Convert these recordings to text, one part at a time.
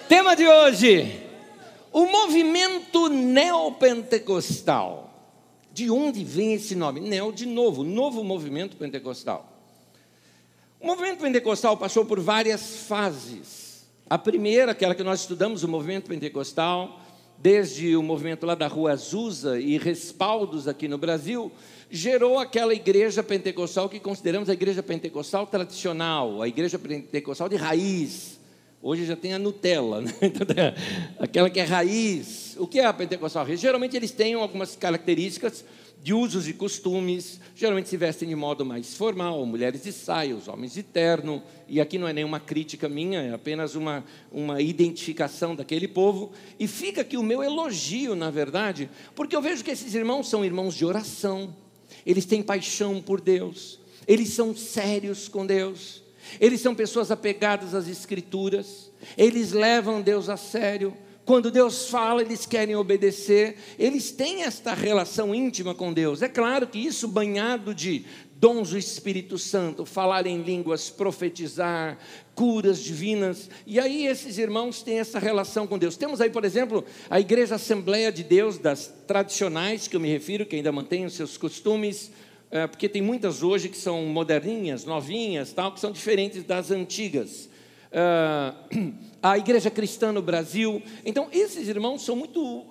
Tema de hoje, o movimento neopentecostal. De onde vem esse nome? Neo, de novo, novo movimento pentecostal. O movimento pentecostal passou por várias fases. A primeira, aquela que nós estudamos, o movimento pentecostal, desde o movimento lá da Rua Azusa e respaldos aqui no Brasil, gerou aquela igreja pentecostal que consideramos a igreja pentecostal tradicional, a igreja pentecostal de raiz. Hoje já tem a Nutella, né? Aquela que é raiz. O que é a pentecostal raiz? Geralmente eles têm algumas características de usos e costumes, geralmente se vestem de modo mais formal, mulheres de saia, os homens de terno, e aqui não é nenhuma crítica minha, é apenas uma identificação daquele povo, e fica aqui o meu elogio, na verdade, porque eu vejo que esses irmãos são irmãos de oração, eles têm paixão por Deus, eles são sérios com Deus, eles são pessoas apegadas às Escrituras, eles levam Deus a sério. Quando Deus fala, eles querem obedecer, eles têm esta relação íntima com Deus. É claro que isso banhado de dons do Espírito Santo, falar em línguas, profetizar, curas divinas, e aí esses irmãos têm essa relação com Deus. Temos aí, por exemplo, a Igreja Assembleia de Deus, das tradicionais, que eu me refiro, que ainda mantêm os seus costumes, porque tem muitas hoje que são moderninhas, novinhas, tal, que são diferentes das antigas. A Igreja Cristã no Brasil. Então, esses irmãos são muito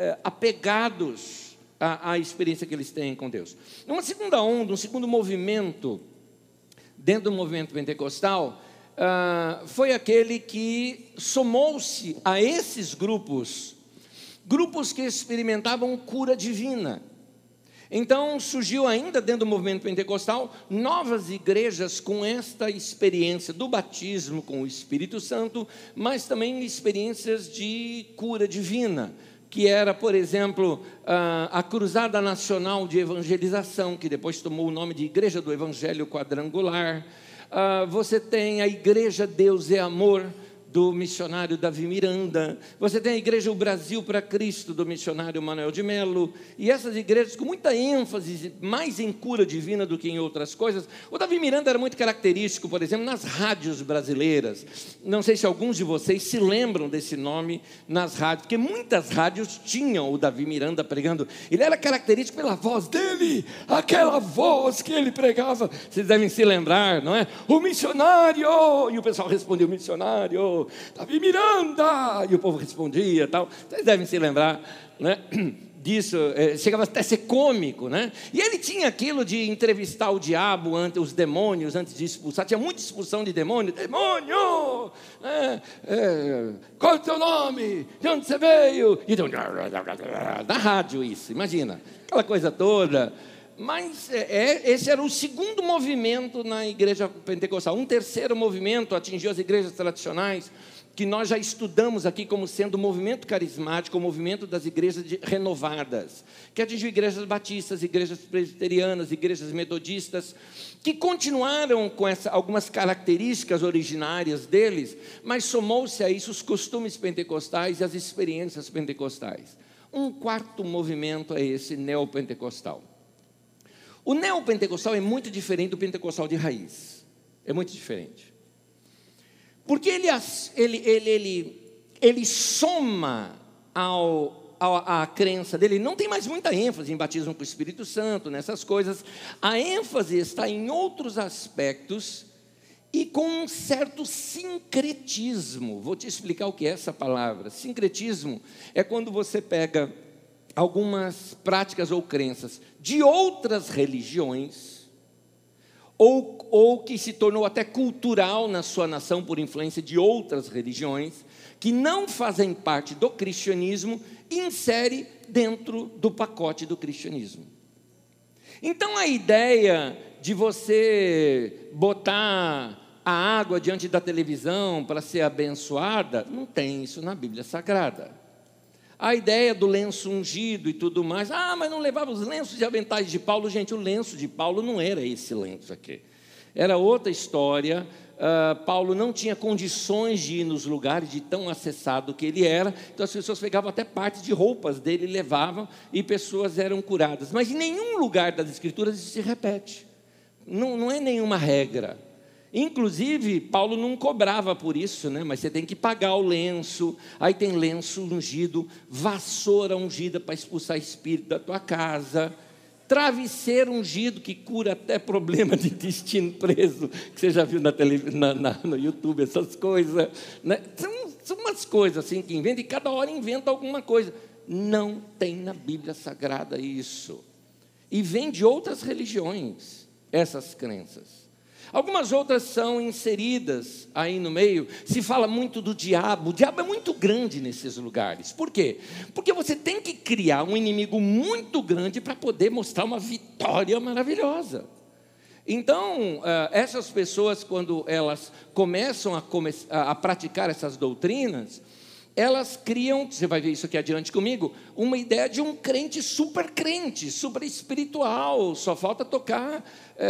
apegados à experiência que eles têm com Deus. Uma segunda onda, um segundo movimento, dentro do movimento pentecostal, foi aquele que somou-se a esses grupos que experimentavam cura divina. Então, surgiu ainda dentro do movimento pentecostal, novas igrejas com esta experiência do batismo com o Espírito Santo, mas também experiências de cura divina, que era, por exemplo, a Cruzada Nacional de Evangelização, que depois tomou o nome de Igreja do Evangelho Quadrangular. Você tem a Igreja Deus é Amor, do missionário Davi Miranda, você tem a Igreja O Brasil para Cristo, do missionário Manuel de Melo, e essas igrejas com muita ênfase, mais em cura divina do que em outras coisas. O Davi Miranda era muito característico, por exemplo, nas rádios brasileiras. Não sei se alguns de vocês se lembram desse nome nas rádios, porque muitas rádios tinham o Davi Miranda pregando. Ele era característico pela voz dele, aquela voz que ele pregava. Vocês devem se lembrar, não é? O missionário! E o pessoal respondia, o missionário! Davi Miranda, e o povo respondia, tal. Vocês devem se lembrar, né, disso, chegava até a ser cômico, né? E ele tinha aquilo de entrevistar o diabo, os demônios, antes de expulsar. Tinha muita expulsão de demônio. Demônio! Qual é o teu nome? De onde você veio? E então, na rádio isso, imagina, aquela coisa toda. Mas esse era o segundo movimento na igreja pentecostal. Um terceiro movimento atingiu as igrejas tradicionais, que nós já estudamos aqui como sendo o movimento carismático, o movimento das igrejas renovadas, que atingiu igrejas batistas, igrejas presbiterianas, igrejas metodistas, que continuaram com algumas características originárias deles, mas somou-se a isso os costumes pentecostais e as experiências pentecostais. Um quarto movimento é esse neopentecostal. O neopentecostal é muito diferente do pentecostal de raiz. É muito diferente. Porque ele soma à crença dele, não tem mais muita ênfase em batismo com o Espírito Santo, nessas coisas. A ênfase está em outros aspectos e com um certo sincretismo. Vou te explicar o que é essa palavra. Sincretismo é quando você pega algumas práticas ou crenças de outras religiões, ou que se tornou até cultural na sua nação por influência de outras religiões, que não fazem parte do cristianismo, e insere dentro do pacote do cristianismo. Então a ideia de você botar a água diante da televisão para ser abençoada, não tem isso na Bíblia Sagrada. A ideia do lenço ungido e tudo mais. Mas não levava os lenços e aventais de Paulo. Gente, o lenço de Paulo não era esse lenço aqui. Era outra história. Paulo não tinha condições de ir nos lugares de tão acessado que ele era. Então as pessoas pegavam até partes de roupas dele e levavam, e pessoas eram curadas. Mas em nenhum lugar das Escrituras isso se repete. Não é nenhuma regra. Inclusive, Paulo não cobrava por isso, né? Mas você tem que pagar o lenço, aí tem lenço ungido, vassoura ungida para expulsar espírito da tua casa, travesseiro ungido que cura até problema de intestino preso, que você já viu no YouTube, essas coisas, né? São umas coisas assim que inventa, e cada hora inventa alguma coisa. Não tem na Bíblia Sagrada isso. E vem de outras religiões, essas crenças. Algumas outras são inseridas aí no meio. Se fala muito do diabo. O diabo é muito grande nesses lugares. Por quê? Porque você tem que criar um inimigo muito grande para poder mostrar uma vitória maravilhosa. Então, essas pessoas, quando elas começam a praticar essas doutrinas, elas criam, você vai ver isso aqui adiante comigo, uma ideia de um crente, super espiritual. Só falta tocar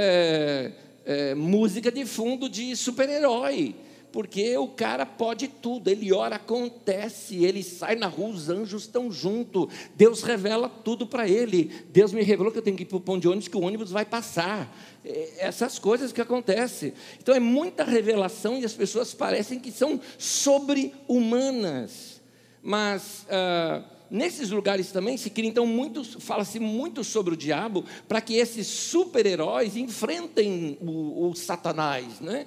música de fundo de super-herói, porque o cara pode tudo, ele ora, acontece, ele sai na rua, os anjos estão junto, Deus revela tudo para ele. Deus me revelou que eu tenho que ir para o ponto de ônibus, que o ônibus vai passar. Essas coisas que acontecem. Então é muita revelação e as pessoas parecem que são sobre-humanas. Mas nesses lugares também se cria, então, fala-se muito sobre o diabo, para que esses super-heróis enfrentem o Satanás, né?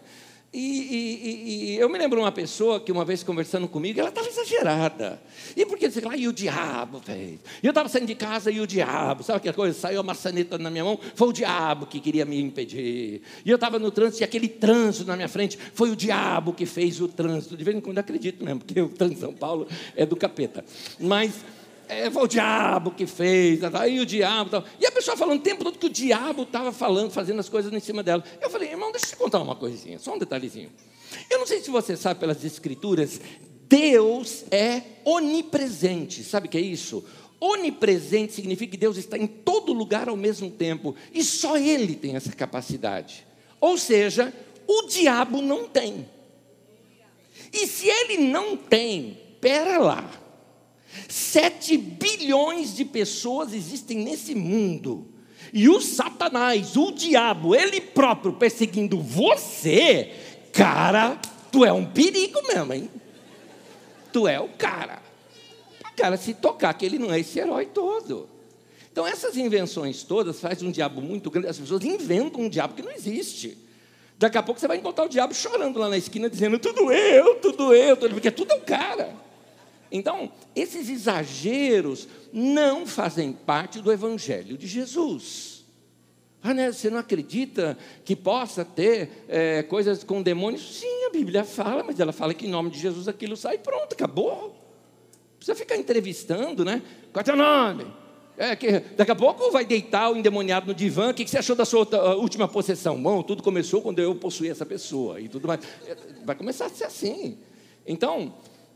E eu me lembro uma pessoa que uma vez conversando comigo, ela estava exagerada. E por que você fala, e o diabo fez? E eu estava saindo de casa e o diabo, sabe aquela coisa? Saiu a maçaneta na minha mão, foi o diabo que queria me impedir. E eu estava no trânsito e aquele trânsito na minha frente, foi o diabo que fez o trânsito. De vez em quando eu acredito mesmo, porque o trânsito de São Paulo é do capeta. Mas foi o diabo que fez, aí o diabo tal. E a pessoa falando o tempo todo que o diabo estava falando, fazendo as coisas em cima dela. Eu falei, irmão, deixa eu te contar uma coisinha, só um detalhezinho. Eu não sei se você sabe pelas escrituras, Deus é onipresente. Sabe o que é isso? Onipresente significa que Deus está em todo lugar ao mesmo tempo, e só Ele tem essa capacidade. Ou seja, o diabo não tem. E se ele não tem, pera lá, 7 bilhões de pessoas existem nesse mundo, e o Satanás, o diabo, ele próprio perseguindo você, cara, tu é um perigo mesmo, hein? Tu é o cara. O cara se tocar que ele não é esse herói todo. Então essas invenções todas fazem um diabo muito grande. As pessoas inventam um diabo que não existe. Daqui a pouco você vai encontrar o diabo chorando lá na esquina, dizendo, tudo eu, porque tudo é o cara. Então, esses exageros não fazem parte do Evangelho de Jesus. Né, você não acredita que possa ter coisas com demônios? Sim, a Bíblia fala, mas ela fala que em nome de Jesus aquilo sai, pronto, acabou. Não precisa ficar entrevistando, né? Qual é o teu nome? Daqui a pouco vai deitar o endemoniado no divã. O que você achou da sua última possessão? Bom, tudo começou quando eu possuí essa pessoa. E tudo mais. Vai começar a ser assim. Então,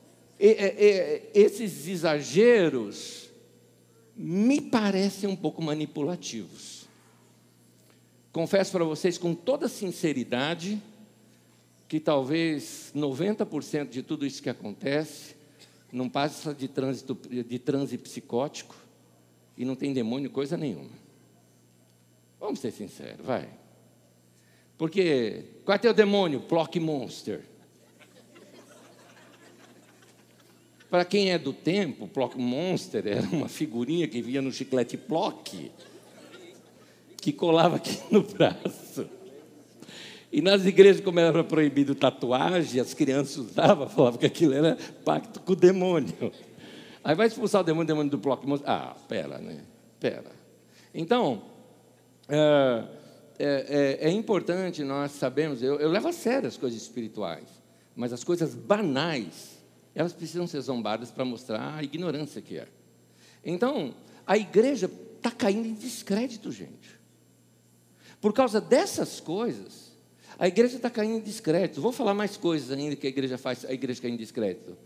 esses exageros me parecem um pouco manipulativos. Confesso para vocês com toda sinceridade que talvez 90% de tudo isso que acontece não passa de transe psicótico e não tem demônio coisa nenhuma. Vamos ser sinceros, vai. Porque qual é teu demônio? Plock Monster. Para quem é do tempo, Plock Monster era uma figurinha que vinha no chiclete Plock, que colava aqui no braço. E nas igrejas, como era proibido tatuagem, as crianças usavam, falavam que aquilo era pacto com o demônio. Aí vai expulsar o demônio do Plock Monster. Pera, né? Pera. Então, é importante nós sabermos, eu levo a sério as coisas espirituais, mas as coisas banais, elas precisam ser zombadas para mostrar a ignorância que é. Então, a igreja está caindo em descrédito, gente. Por causa dessas coisas, a igreja está caindo em descrédito. Vou falar mais coisas ainda que a igreja faz, a igreja cair em descrédito.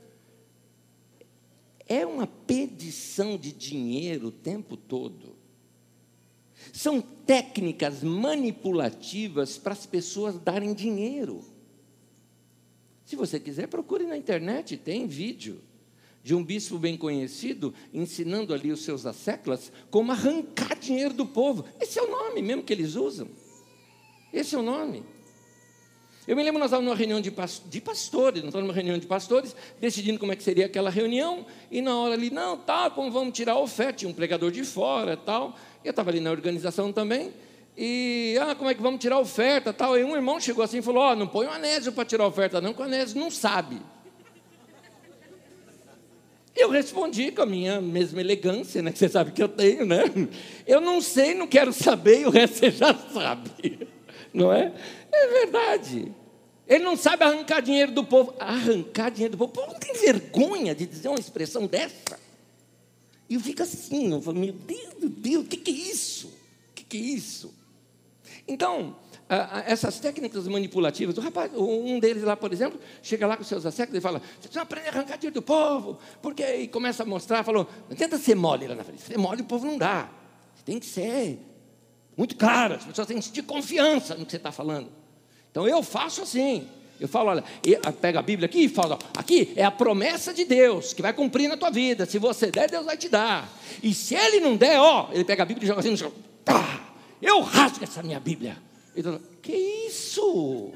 É uma pedição de dinheiro o tempo todo. São técnicas manipulativas para as pessoas darem dinheiro. Se você quiser, procure na internet, tem vídeo de um bispo bem conhecido ensinando ali os seus asseclas como arrancar dinheiro do povo. Esse é o nome mesmo que eles usam. Esse é o nome. Eu me lembro, nós estávamos numa reunião de pastores, nós estávamos numa reunião de pastores, decidindo como é que seria aquela reunião, e na hora ali, não, tá, como vamos tirar a oferta, tinha um pregador de fora, tal, eu estava ali na organização também, e, como é que vamos tirar a oferta, tal, e um irmão chegou assim e falou, não põe o Anésio para tirar a oferta não, porque o Anésio não sabe. Eu respondi com a minha mesma elegância, né, que você sabe que eu tenho, né, eu não sei, não quero saber, e o resto você já sabe, não é? É verdade. Ele não sabe arrancar dinheiro do povo. Arrancar dinheiro do povo? O povo não tem vergonha de dizer uma expressão dessa? E eu fico assim, eu falo, meu Deus, o que é isso? O que é isso? Então, essas técnicas manipulativas, o rapaz, um deles lá, por exemplo, chega lá com seus assecos e fala, você precisa aprender a arrancar dinheiro do povo, porque aí começa a mostrar, falou, não tenta ser mole lá na frente, ser mole o povo não dá, você tem que ser muito claro, as pessoas têm que sentir confiança no que você está falando. Então eu faço assim, eu falo, olha, pega a Bíblia aqui e falo, aqui é a promessa de Deus, que vai cumprir na tua vida, se você der, Deus vai te dar, e se Ele não der, ele pega a Bíblia e joga assim no chão, eu rasgo essa minha Bíblia. Então, que isso?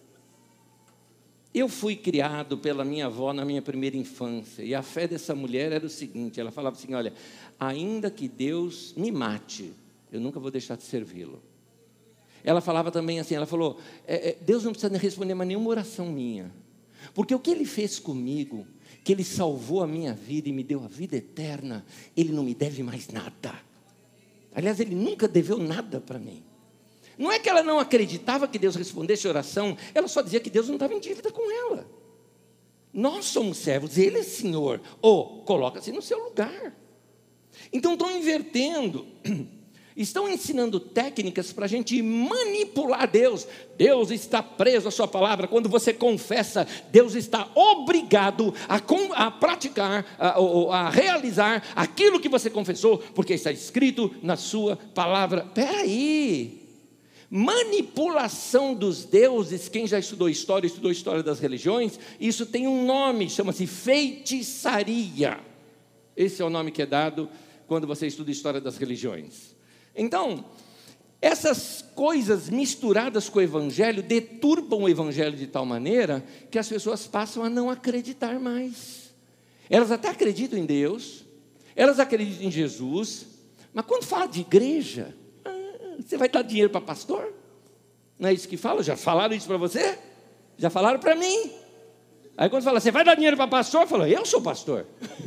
Eu fui criado pela minha avó na minha primeira infância, e a fé dessa mulher era o seguinte, ela falava assim, olha, ainda que Deus me mate, eu nunca vou deixar de servi-lo. Ela falava também assim, ela falou, Deus não precisa responder mais nenhuma oração minha, porque o que Ele fez comigo, que Ele salvou a minha vida e me deu a vida eterna, Ele não me deve mais nada. Aliás, Ele nunca deveu nada para mim. Não é que ela não acreditava que Deus respondesse a oração, ela só dizia que Deus não estava em dívida com ela. Nós somos servos, Ele é Senhor, coloca-se no seu lugar. Então estão invertendo, estão ensinando técnicas para a gente manipular Deus. Deus está preso à sua palavra. Quando você confessa, Deus está obrigado a praticar, a realizar aquilo que você confessou, porque está escrito na sua palavra. Espera aí, manipulação dos deuses, quem já estudou história das religiões, isso tem um nome, chama-se feitiçaria. Esse é o nome que é dado quando você estuda história das religiões. Então, essas coisas misturadas com o Evangelho deturpam o Evangelho de tal maneira que as pessoas passam a não acreditar mais. Elas até acreditam em Deus, elas acreditam em Jesus, mas quando fala de igreja, você vai dar dinheiro para pastor? Não é isso que fala? Já falaram isso para você? Já falaram para mim? Aí quando fala, você vai dar dinheiro para pastor? Fala, eu sou pastor.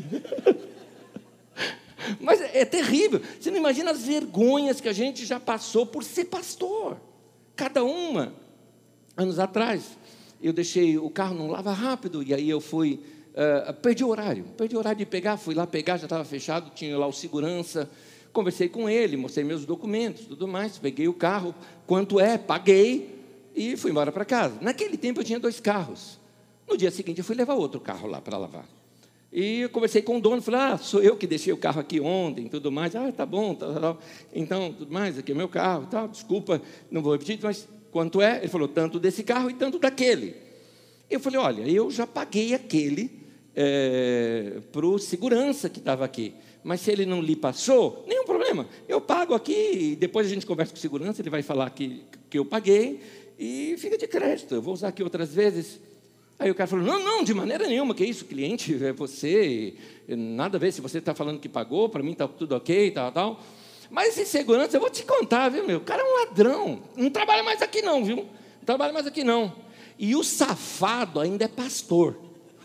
Mas é terrível, você não imagina as vergonhas que a gente já passou por ser pastor, cada uma. Anos atrás, eu deixei o carro num lava rápido, e aí eu fui, perdi o horário de pegar, fui lá pegar, já estava fechado, tinha lá o segurança, conversei com ele, mostrei meus documentos, tudo mais, peguei o carro, quanto paguei, e fui embora para casa. Naquele tempo eu tinha 2 carros, no dia seguinte eu fui levar outro carro lá para lavar. E eu conversei com o dono, falei, sou eu que deixei o carro aqui ontem, tudo mais, tá bom, tal. Então, tudo mais, aqui é meu carro, tal, desculpa, não vou repetir, mas quanto é? Ele falou, tanto desse carro e tanto daquele. Eu falei, olha, eu já paguei aquele para o segurança que estava aqui, mas se ele não lhe passou, nenhum problema, eu pago aqui, e depois a gente conversa com o segurança, ele vai falar que eu paguei, e fica de crédito, eu vou usar aqui outras vezes. Aí o cara falou, não, de maneira nenhuma, que isso, cliente, é você, nada a ver, se você está falando que pagou, para mim está tudo ok, tal. Mas esse segurança, eu vou te contar, viu, meu, o cara é um ladrão, não trabalha mais aqui não, viu, não trabalha mais aqui não. E o safado ainda é pastor.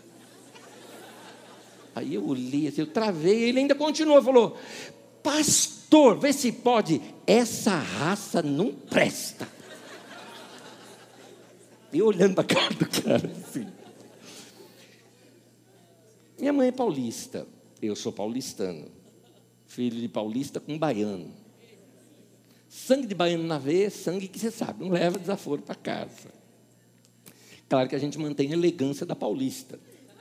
Aí eu olhei, assim, eu travei, ele ainda continuou, falou, pastor, vê se pode, essa raça não presta. E olhando para a cara do cara assim. Minha mãe é paulista, eu sou paulistano, filho de paulista com baiano. Sangue de baiano na veia, sangue que você sabe, não leva desaforo para casa. Claro que a gente mantém a elegância da paulista,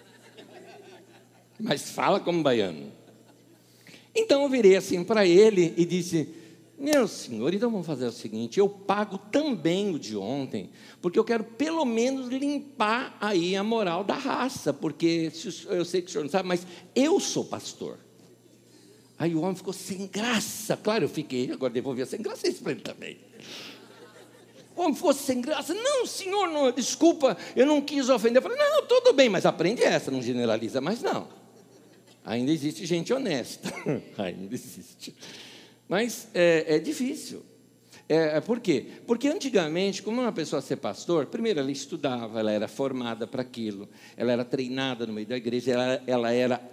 mas fala como baiano. Então eu virei assim para ele e disse, meu senhor, então vamos fazer o seguinte, eu pago também o de ontem, porque eu quero pelo menos limpar aí a moral da raça, porque eu sei que o senhor não sabe, mas eu sou pastor. Aí o homem ficou sem graça, claro, eu fiquei, agora devolvi sem graça isso para ele também. Como fosse sem graça. Não, senhor, não, desculpa, eu não quis ofender. Eu falei, não, tudo bem, mas aprende essa, não generaliza mais não. Ainda existe gente honesta. Ainda existe. Mas é difícil. Por quê? Porque antigamente, como uma pessoa ser pastor, primeiro ela estudava, ela era formada para aquilo, ela era treinada no meio da igreja, ela era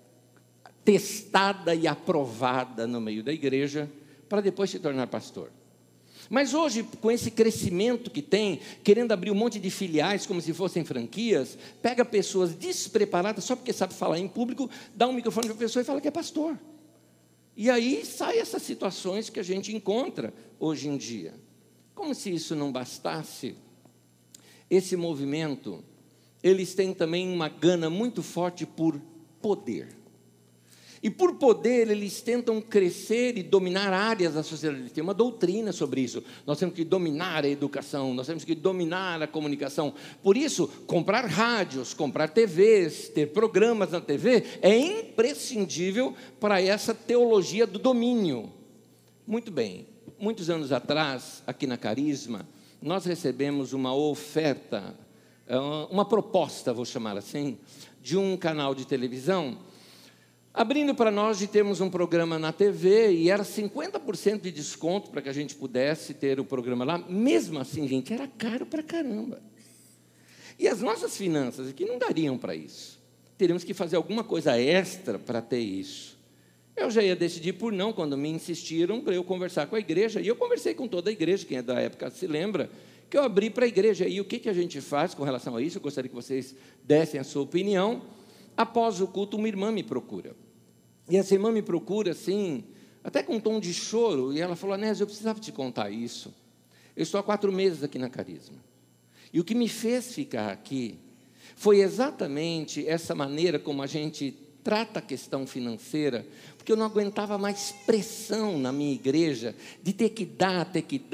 testada e aprovada no meio da igreja, para depois se tornar pastor. Mas hoje, com esse crescimento que tem, querendo abrir um monte de filiais como se fossem franquias, pega pessoas despreparadas, só porque sabe falar em público, dá um microfone para a pessoa e fala que é pastor. E aí saem essas situações que a gente encontra hoje em dia. Como se isso não bastasse, esse movimento, eles têm também uma gana muito forte por poder. E por poder, eles tentam crescer e dominar áreas da sociedade. Tem uma doutrina sobre isso. Nós temos que dominar a educação, nós temos que dominar a comunicação. Por isso, comprar rádios, comprar TVs, ter programas na TV, é imprescindível para essa teologia do domínio. Muito bem, muitos anos atrás, aqui na Carisma, nós recebemos uma oferta, uma proposta, vou chamar assim, de um canal de televisão, abrindo para nós de termos um programa na TV, e era 50% de desconto para que a gente pudesse ter o programa lá. Mesmo assim, gente, era caro para caramba. E as nossas finanças aqui não dariam para isso. Teríamos que fazer alguma coisa extra para ter isso. Eu já ia decidir por não, quando me insistiram para eu conversar com a igreja, e eu conversei com toda a igreja, quem é da época se lembra, que eu abri para a igreja. E o que a gente faz com relação a isso? Eu gostaria que vocês dessem a sua opinião. Após o culto, uma irmã me procura. E essa irmã me procura, assim, até com um tom de choro, e ela falou, Anésio, eu precisava te contar isso. Eu estou há 4 meses aqui na Carisma. E o que me fez ficar aqui foi exatamente essa maneira como a gente trata a questão financeira, porque eu não aguentava mais pressão na minha igreja, de ter que dar.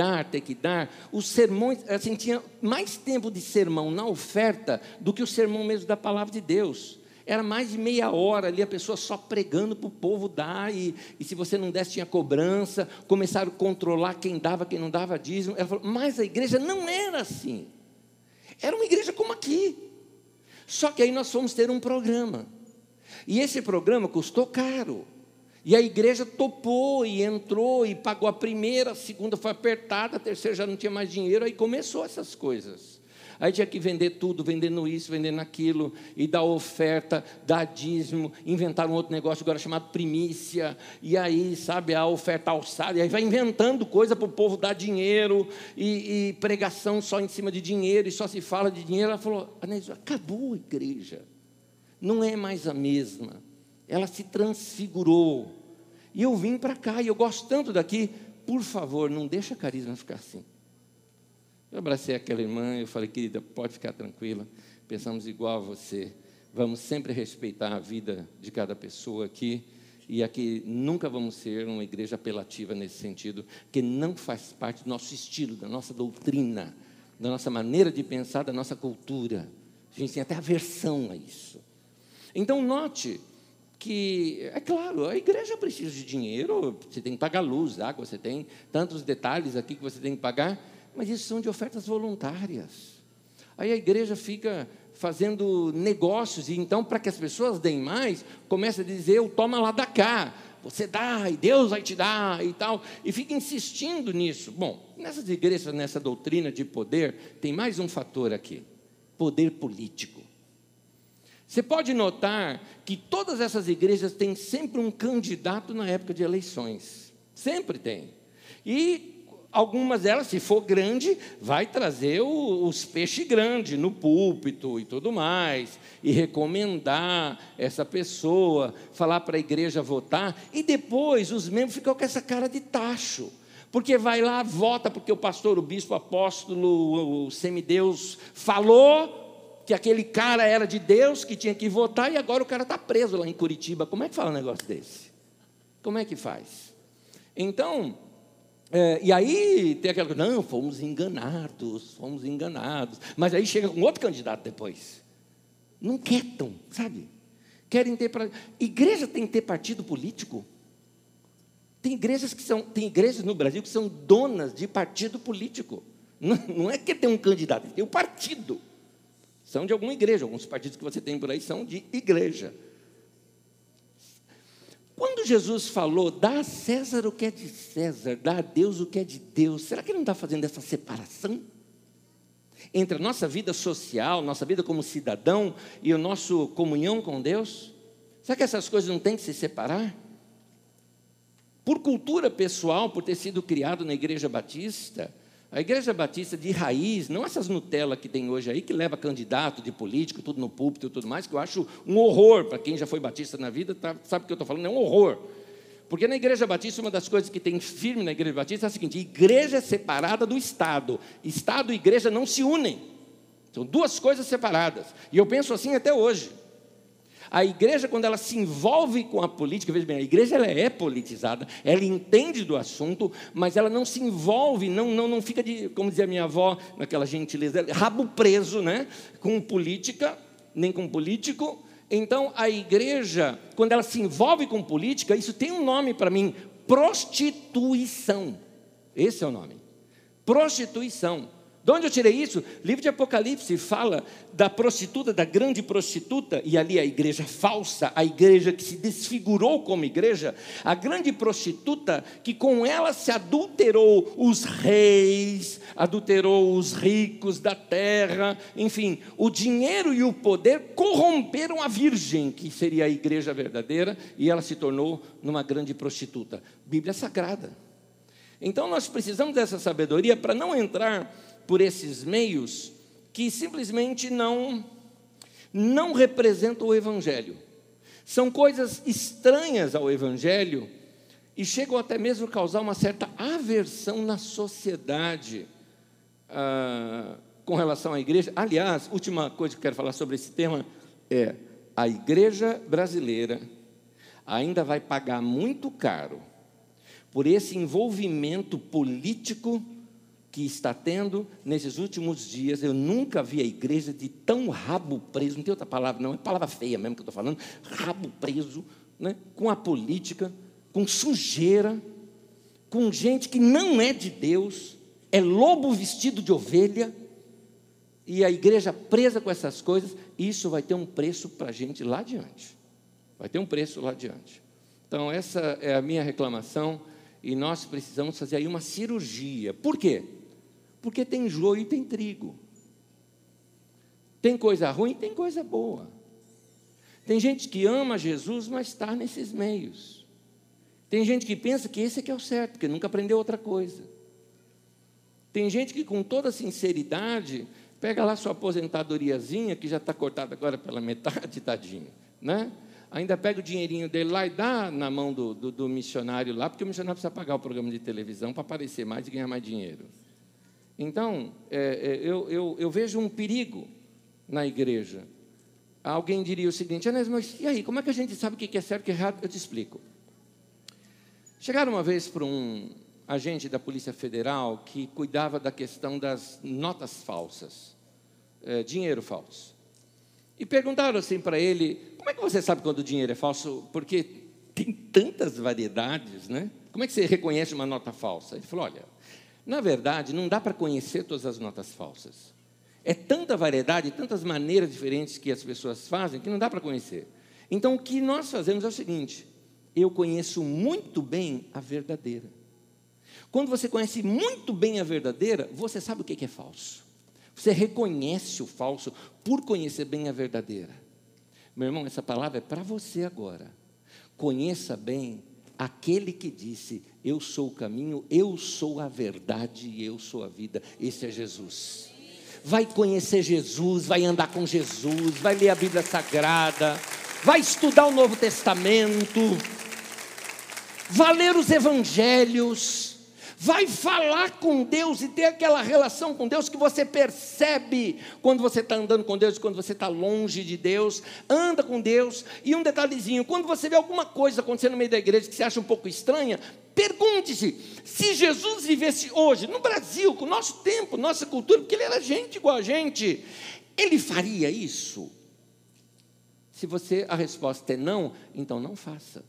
Os sermões, assim, tinha mais tempo de sermão na oferta do que o sermão mesmo da palavra de Deus. Era mais de meia hora ali, a pessoa só pregando para o povo dar, e se você não desse, tinha cobrança, começaram a controlar quem dava, quem não dava dízimo. Ela falou, mas a igreja não era assim. Era uma igreja como aqui. Só que aí nós fomos ter um programa. E esse programa custou caro. E a igreja topou e entrou e pagou a primeira, a segunda foi apertada, a terceira já não tinha mais dinheiro, aí começou essas coisas. Aí tinha que vender tudo, vendendo isso, vendendo aquilo, e dar oferta, dar dízimo, inventar um outro negócio agora chamado primícia, e aí, sabe, a oferta alçada, e aí vai inventando coisa para o povo dar dinheiro, e pregação só em cima de dinheiro, e só se fala de dinheiro. Ela falou, Anésio, acabou a igreja, não é mais a mesma, ela se transfigurou, e eu vim para cá, e eu gosto tanto daqui, por favor, não deixa a Carisma ficar assim. Eu abracei aquela irmã e falei, querida, pode ficar tranquila, pensamos igual a você, vamos sempre respeitar a vida de cada pessoa aqui, e aqui nunca vamos ser uma igreja apelativa nesse sentido, que não faz parte do nosso estilo, da nossa doutrina, da nossa maneira de pensar, da nossa cultura. A gente tem até aversão a isso. Então, note que, é claro, a igreja precisa de dinheiro, você tem que pagar luz, água, você tem tantos detalhes aqui que você tem que pagar, mas isso são de ofertas voluntárias. Aí a igreja fica fazendo negócios, e então, para que as pessoas deem mais, começa a dizer, toma lá da cá, você dá, e Deus vai te dar, e tal, e fica insistindo nisso. Bom, nessas igrejas, nessa doutrina de poder, tem mais um fator aqui, poder político. Você pode notar que todas essas igrejas têm sempre um candidato na época de eleições, sempre tem, e algumas delas, se for grande, vai trazer os peixes grandes no púlpito e tudo mais, e recomendar essa pessoa, falar para a igreja votar, e depois os membros ficam com essa cara de tacho, porque vai lá, vota, porque o pastor, o bispo, o apóstolo, o semideus falou que aquele cara era de Deus, que tinha que votar, e agora o cara está preso lá em Curitiba. Como é que fala um negócio desse? Como é que faz? Então, e aí tem aquela coisa, não, fomos enganados, mas aí chega com outro candidato depois, não quietam, sabe, querem ter, igreja tem que ter partido político, tem igrejas no Brasil que são donas de partido político, Não é que tem um candidato, tem um partido. São de alguma igreja. Alguns partidos que você tem por aí são de igreja. Quando Jesus falou, dá a César o que é de César, dá a Deus o que é de Deus, será que ele não está fazendo essa separação entre a nossa vida social, nossa vida como cidadão e a nossa comunhão com Deus? Será que essas coisas não têm que se separar? Por cultura pessoal, por ter sido criado na Igreja Batista, a Igreja Batista de raiz, não essas Nutella que tem hoje aí, que leva candidato de político, tudo no púlpito e tudo mais, que eu acho um horror, para quem já foi batista na vida, sabe o que eu estou falando, é um horror. Porque na Igreja Batista, uma das coisas que tem firme na Igreja Batista é a seguinte: igreja é separada do Estado. Estado e igreja não se unem. São duas coisas separadas. E eu penso assim até hoje. A igreja, quando ela se envolve com a política, veja bem, a igreja ela é politizada, ela entende do assunto, mas ela não se envolve, não fica de, como dizia minha avó, naquela gentileza, rabo preso, né, com política, nem com político. Então, a igreja, quando ela se envolve com política, isso tem um nome para mim: prostituição. Esse é o nome. Prostituição. De onde eu tirei isso? O livro de Apocalipse fala da prostituta, da grande prostituta, e ali a igreja falsa, a igreja que se desfigurou como igreja, a grande prostituta que com ela se adulterou os reis, adulterou os ricos da terra, enfim, o dinheiro e o poder corromperam a virgem, que seria a igreja verdadeira, e ela se tornou numa grande prostituta. Bíblia Sagrada. Então nós precisamos dessa sabedoria para não entrar por esses meios que simplesmente não representam o Evangelho. São coisas estranhas ao Evangelho e chegam até mesmo a causar uma certa aversão na sociedade com relação à igreja. Aliás, última coisa que eu quero falar sobre esse tema é: a igreja brasileira ainda vai pagar muito caro por esse envolvimento político que está tendo nesses últimos dias. Eu nunca vi a igreja de tão rabo preso, não tem outra palavra não, é palavra feia mesmo que eu estou falando, rabo preso, né, com a política, com sujeira, com gente que não é de Deus, é lobo vestido de ovelha, e a igreja presa com essas coisas. Isso vai ter um preço para a gente lá adiante, vai ter um preço lá adiante. Então essa é a minha reclamação, e nós precisamos fazer aí uma cirurgia. Por quê? Porque tem joio e tem trigo. Tem coisa ruim e tem coisa boa. Tem gente que ama Jesus, mas está nesses meios. Tem gente que pensa que esse aqui é o certo, porque nunca aprendeu outra coisa. Tem gente que, com toda sinceridade, pega lá sua aposentadoriazinha, que já está cortada agora pela metade, tadinho, né? Ainda pega o dinheirinho dele lá e dá na mão do missionário lá, porque o missionário precisa pagar o programa de televisão para aparecer mais e ganhar mais dinheiro. Então, eu vejo um perigo na igreja. Alguém diria o seguinte: mas e aí, como é que a gente sabe o que é certo e o que é errado? Eu te explico. Chegaram uma vez para um agente da Polícia Federal que cuidava da questão das notas falsas, dinheiro falso. E perguntaram assim para ele: como é que você sabe quando o dinheiro é falso? Porque tem tantas variedades, né? Como é que você reconhece uma nota falsa? Ele falou: olha, na verdade, não dá para conhecer todas as notas falsas. É tanta variedade, tantas maneiras diferentes que as pessoas fazem, que não dá para conhecer. Então, o que nós fazemos é o seguinte: eu conheço muito bem a verdadeira. Quando você conhece muito bem a verdadeira, você sabe o que é falso. Você reconhece o falso por conhecer bem a verdadeira. Meu irmão, essa palavra é para você agora. Conheça bem aquele que disse: eu sou o caminho, eu sou a verdade e eu sou a vida. Esse é Jesus. Vai conhecer Jesus, vai andar com Jesus, vai ler a Bíblia Sagrada, vai estudar o Novo Testamento, vai ler os Evangelhos, vai falar com Deus e ter aquela relação com Deus que você percebe quando você está andando com Deus, quando você está longe de Deus. Anda com Deus. E um detalhezinho: quando você vê alguma coisa acontecendo no meio da igreja que você acha um pouco estranha, pergunte-se: se Jesus vivesse hoje no Brasil, com o nosso tempo, nossa cultura, porque ele era gente igual a gente, ele faria isso? Se a resposta é não, então não faça.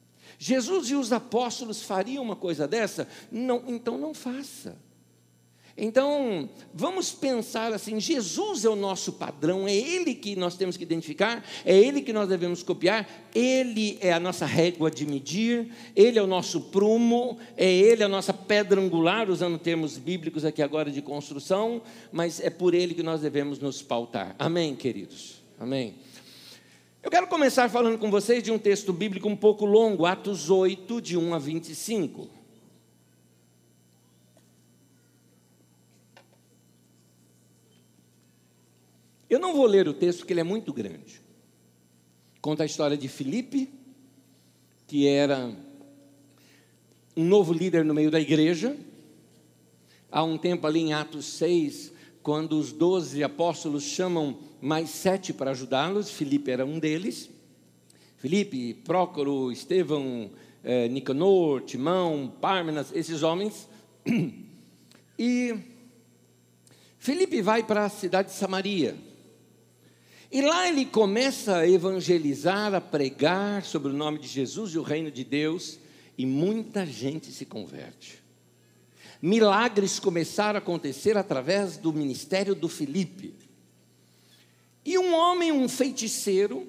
Jesus e os apóstolos fariam uma coisa dessa? Não, então não faça. Então, vamos pensar assim, Jesus é o nosso padrão, é Ele que nós temos que identificar, é Ele que nós devemos copiar, Ele é a nossa régua de medir, Ele é o nosso prumo, é Ele a nossa pedra angular, usando termos bíblicos aqui agora de construção, mas é por Ele que nós devemos nos pautar. Amém, queridos? Amém. Eu quero começar falando com vocês de um texto bíblico um pouco longo, Atos 8, de 1 a 25. Eu não vou ler o texto porque ele é muito grande. Conta a história de Filipe, que era um novo líder no meio da igreja. Há um tempo ali em Atos 6, quando os 12 apóstolos chamam mais 7 para ajudá-los, Filipe era um deles. Filipe, Prócoro, Estevão, Nicanor, Timão, Pármenas, esses homens. E Filipe vai para a cidade de Samaria. E lá ele começa a evangelizar, a pregar sobre o nome de Jesus e o reino de Deus, e muita gente se converte. Milagres começaram a acontecer através do ministério do Filipe. E um homem, um feiticeiro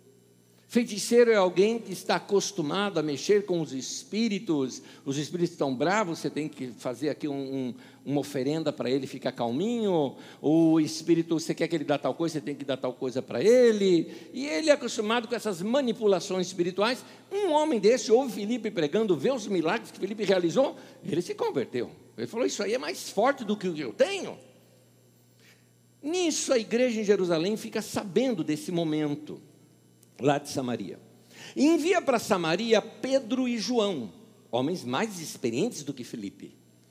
é alguém que está acostumado a mexer com os espíritos estão bravos, você tem que fazer aqui uma oferenda para ele ficar calminho, o espírito, você quer que ele dê tal coisa, você tem que dar tal coisa para ele, e ele é acostumado com essas manipulações espirituais. Um homem desse ouve Filipe pregando, vê os milagres que Filipe realizou, ele se converteu, ele falou, isso aí é mais forte do que o que eu tenho. Nisso a igreja em Jerusalém fica sabendo desse momento, lá de Samaria, e envia para Samaria Pedro e João, homens mais experientes do que Filipe.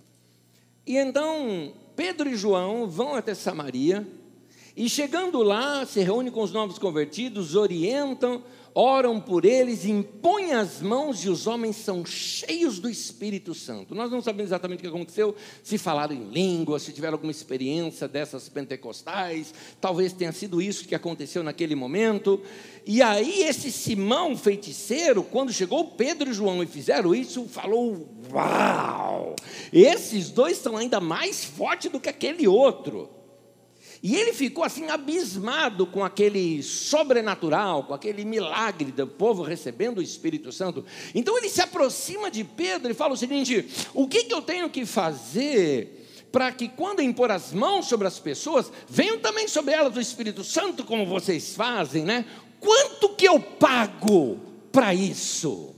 E então Pedro e João vão até Samaria, e chegando lá, se reúnem com os novos convertidos, orientam, oram por eles, impõem as mãos, e os homens são cheios do Espírito Santo. Nós não sabemos exatamente o que aconteceu, se falaram em língua, se tiveram alguma experiência dessas pentecostais, talvez tenha sido isso que aconteceu naquele momento. E aí esse Simão feiticeiro, quando chegou Pedro e João e fizeram isso, falou, uau, esses dois são ainda mais fortes do que aquele outro. E ele ficou assim abismado com aquele sobrenatural, com aquele milagre do povo recebendo o Espírito Santo. Então ele se aproxima de Pedro e fala o seguinte, o que eu tenho que fazer para que quando impor as mãos sobre as pessoas, venham também sobre elas o Espírito Santo, como vocês fazem, né? Quanto que eu pago para isso?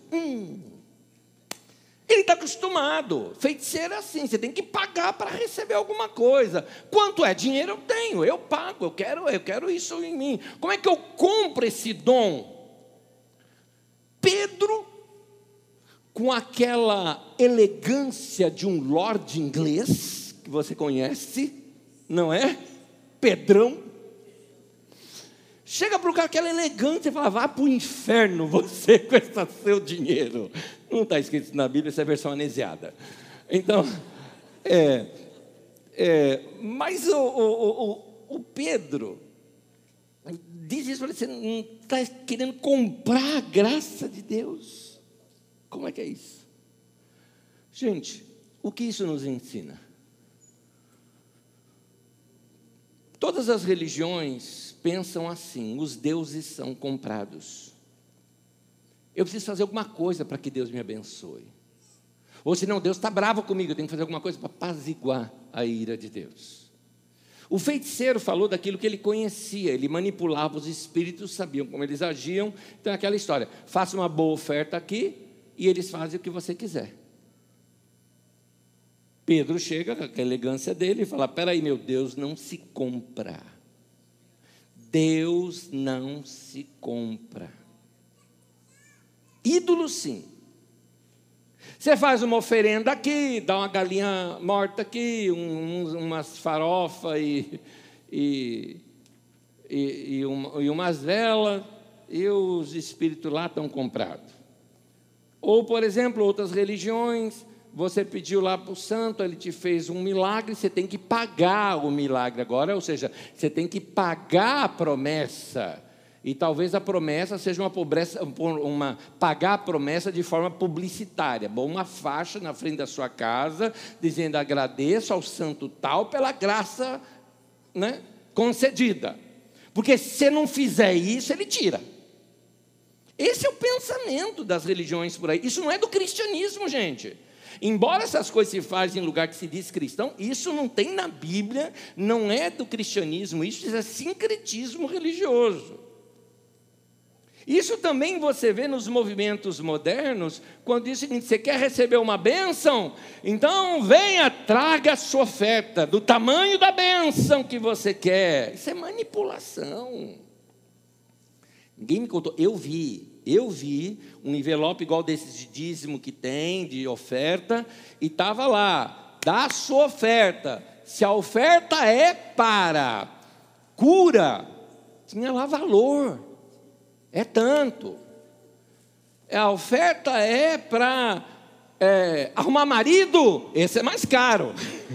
Ele está acostumado, feiticeiro é assim, você tem que pagar para receber alguma coisa. Quanto é dinheiro eu tenho, eu pago, eu quero isso em mim. Como é que eu compro esse dom? Pedro, com aquela elegância de um lord inglês, que você conhece, não é? Pedrão. Chega para o cara, aquela elegância, e fala, vá para o inferno você com esse seu dinheiro. Não está escrito isso na Bíblia, essa é a versão anesiada. Então, mas o Pedro diz isso para ele, você não está querendo comprar a graça de Deus? Como é que é isso? Gente, o que isso nos ensina? Todas as religiões pensam assim, os deuses são comprados. Eu preciso fazer alguma coisa para que Deus me abençoe. Ou senão Deus está bravo comigo, eu tenho que fazer alguma coisa para apaziguar a ira de Deus. O feiticeiro falou daquilo que ele conhecia, ele manipulava os espíritos, sabiam como eles agiam. Então é aquela história, faça uma boa oferta aqui e eles fazem o que você quiser. Pedro chega com a elegância dele e fala, peraí, meu Deus não se compra. Deus não se compra. Ídolo sim. Você faz uma oferenda aqui, dá uma galinha morta aqui, umas farofas e umas velas, e os espíritos lá estão comprados. Ou, por exemplo, outras religiões, você pediu lá para o santo, ele te fez um milagre, você tem que pagar o milagre agora, ou seja, você tem que pagar a promessa. E talvez a promessa seja pagar a promessa de forma publicitária. Bom, uma faixa na frente da sua casa, dizendo: agradeço ao santo tal pela graça, né, concedida. Porque se você não fizer isso, ele tira. Esse é o pensamento das religiões por aí. Isso não é do cristianismo, gente. Embora essas coisas se fazem em lugar que se diz cristão, isso não tem na Bíblia, não é do cristianismo, isso é sincretismo religioso. Isso também você vê nos movimentos modernos, quando diz o seguinte: você quer receber uma bênção? Então venha, traga a sua oferta, do tamanho da bênção que você quer. Isso é manipulação. Ninguém me contou, eu vi um envelope igual desses de dízimo que tem, de oferta, e estava lá: dá a sua oferta. Se a oferta é para cura, tinha lá valor, é tanto. A oferta é para arrumar marido, esse é mais caro.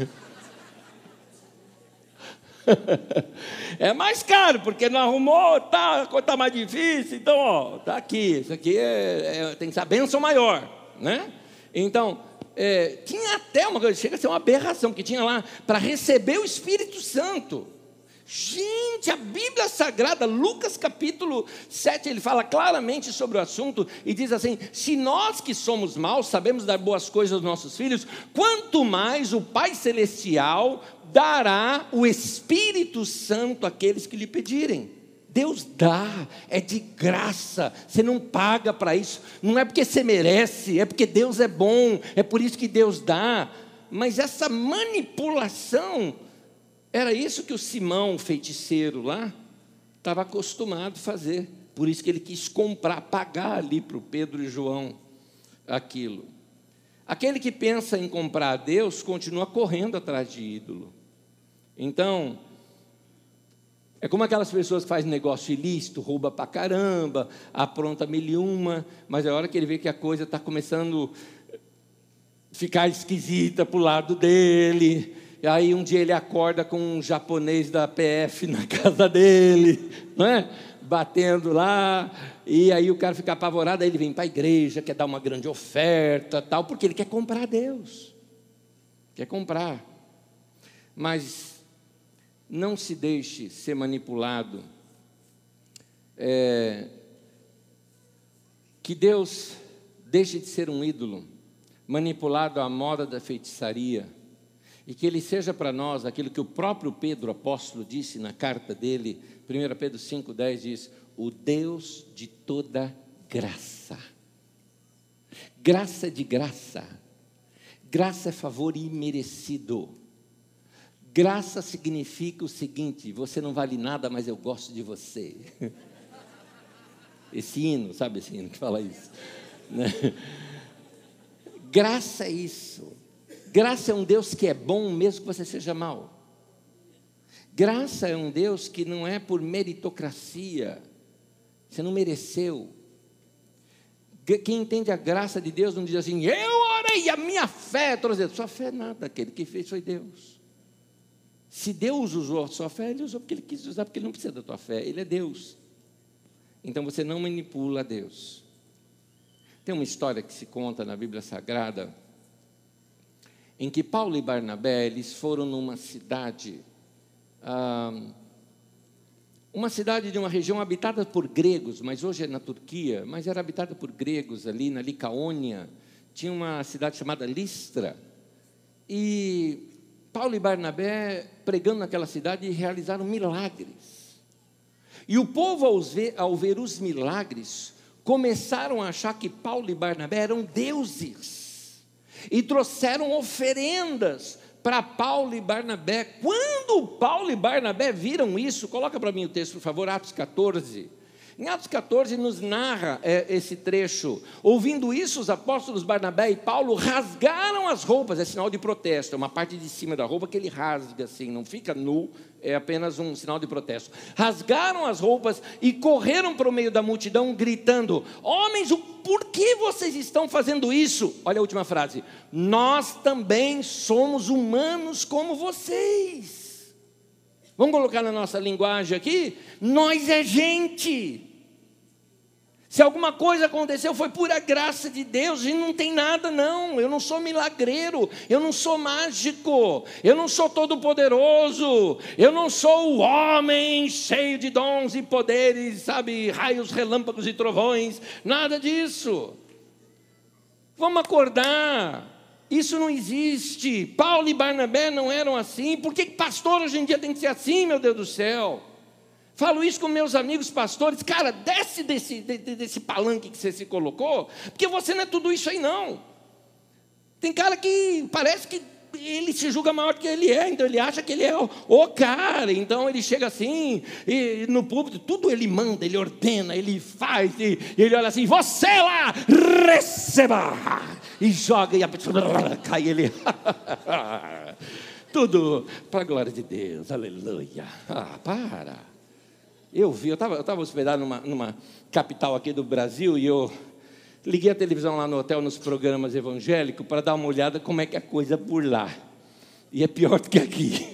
É mais caro, porque não arrumou, a coisa está mais difícil. Então, está aqui, isso aqui tem que ser a bênção maior, né? Então, tinha até uma coisa, chega a ser uma aberração, que tinha lá, para receber o Espírito Santo. Gente, a Bíblia Sagrada, Lucas capítulo 7, ele fala claramente sobre o assunto e diz assim: se nós que somos maus sabemos dar boas coisas aos nossos filhos, quanto mais o Pai Celestial dará o Espírito Santo àqueles que lhe pedirem. Deus dá, é de graça, você não paga para isso, não é porque você merece, é porque Deus é bom, é por isso que Deus dá. Mas essa manipulação, era isso que o Simão, feiticeiro lá, estava acostumado a fazer. Por isso que ele quis comprar, pagar ali para o Pedro e João aquilo. Aquele que pensa em comprar a Deus, continua correndo atrás de ídolo. Então, é como aquelas pessoas que fazem negócio ilícito, rouba pra caramba, apronta mil e uma, mas é a hora que ele vê que a coisa está começando a ficar esquisita para o lado dele. E aí um dia ele acorda com um japonês da PF na casa dele, não é? Batendo lá, e aí o cara fica apavorado, aí ele vem para a igreja, quer dar uma grande oferta, tal, porque ele quer comprar a Deus, quer comprar. Mas não se deixe ser manipulado, que Deus deixe de ser um ídolo, manipulado à moda da feitiçaria, e que Ele seja para nós aquilo que o próprio Pedro, apóstolo, disse na carta dele, 1 Pedro 5,10 diz: o Deus de toda graça. Graça é de graça, graça é favor imerecido. Graça significa o seguinte: você não vale nada, mas eu gosto de você. Esse hino, sabe esse hino que fala isso? Graça é isso. Graça é um Deus que é bom mesmo que você seja mau. Graça é um Deus que não é por meritocracia, você não mereceu. Quem entende a graça de Deus não diz assim: eu orei, a minha fé, sua fé é nada, aquele que fez foi Deus. Se Deus usou a sua fé, Ele usou porque Ele quis usar, porque Ele não precisa da tua fé, Ele é Deus. Então você não manipula Deus. Tem uma história que se conta na Bíblia Sagrada, em que Paulo e Barnabé, eles foram numa cidade, de uma região habitada por gregos, mas hoje é na Turquia, mas era habitada por gregos ali na Licaônia. Tinha uma cidade chamada Listra, e Paulo e Barnabé, pregando naquela cidade, realizaram milagres. E o povo, ao ver os milagres, começaram a achar que Paulo e Barnabé eram deuses. E trouxeram oferendas para Paulo e Barnabé. Quando Paulo e Barnabé viram isso, coloca para mim o texto, por favor, Atos 14. Em Atos 14 nos narra esse trecho. Ouvindo isso, os apóstolos Barnabé e Paulo rasgaram as roupas, é sinal de protesto, é uma parte de cima da roupa que ele rasga assim, não fica nu, é apenas um sinal de protesto. Rasgaram as roupas e correram para o meio da multidão gritando: homens, por que vocês estão fazendo isso? Olha a última frase: nós também somos humanos como vocês. Vamos colocar na nossa linguagem aqui: nós é gente. Se alguma coisa aconteceu, foi pura graça de Deus, e não tem nada não, eu não sou milagreiro, eu não sou mágico, eu não sou todo-poderoso, eu não sou o homem cheio de dons e poderes, sabe, raios, relâmpagos e trovões, nada disso. Vamos acordar, isso não existe. Paulo e Barnabé não eram assim. Por que pastor hoje em dia tem que ser assim, meu Deus do céu? Falo isso com meus amigos pastores. Cara, desce desse palanque que você se colocou, porque você não é tudo isso aí não. Tem cara que parece que ele se julga maior do que ele é, então ele acha que ele é o cara, então ele chega assim, e no púlpito, tudo ele manda, ele ordena, ele faz, e ele olha assim, você lá, receba, e joga, e a pessoa cai, ele, tudo para a glória de Deus, aleluia. Para. Eu estava hospedado numa capital aqui do Brasil, e eu liguei a televisão lá no hotel, nos programas evangélicos, para dar uma olhada como é que é a coisa por lá. E é pior do que aqui.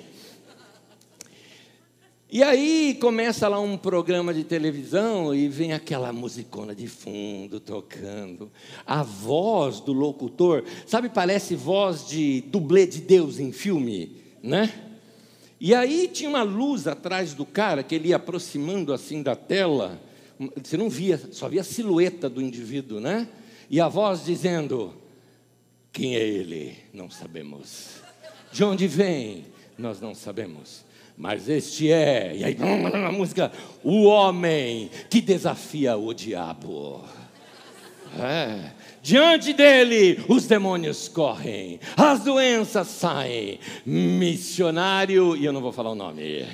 E aí começa lá um programa de televisão e vem aquela musicona de fundo tocando. A voz do locutor, sabe, parece voz de dublê de Deus em filme, né? E aí tinha uma luz atrás do cara, que ele ia aproximando assim da tela. Você não via, só via a silhueta do indivíduo, né? E a voz dizendo, quem é ele? Não sabemos. De onde vem? Nós não sabemos. Mas este é, e aí a música, o homem que desafia o diabo. Diante dele os demônios correm, as doenças saem. Missionário, e eu não vou falar o nome.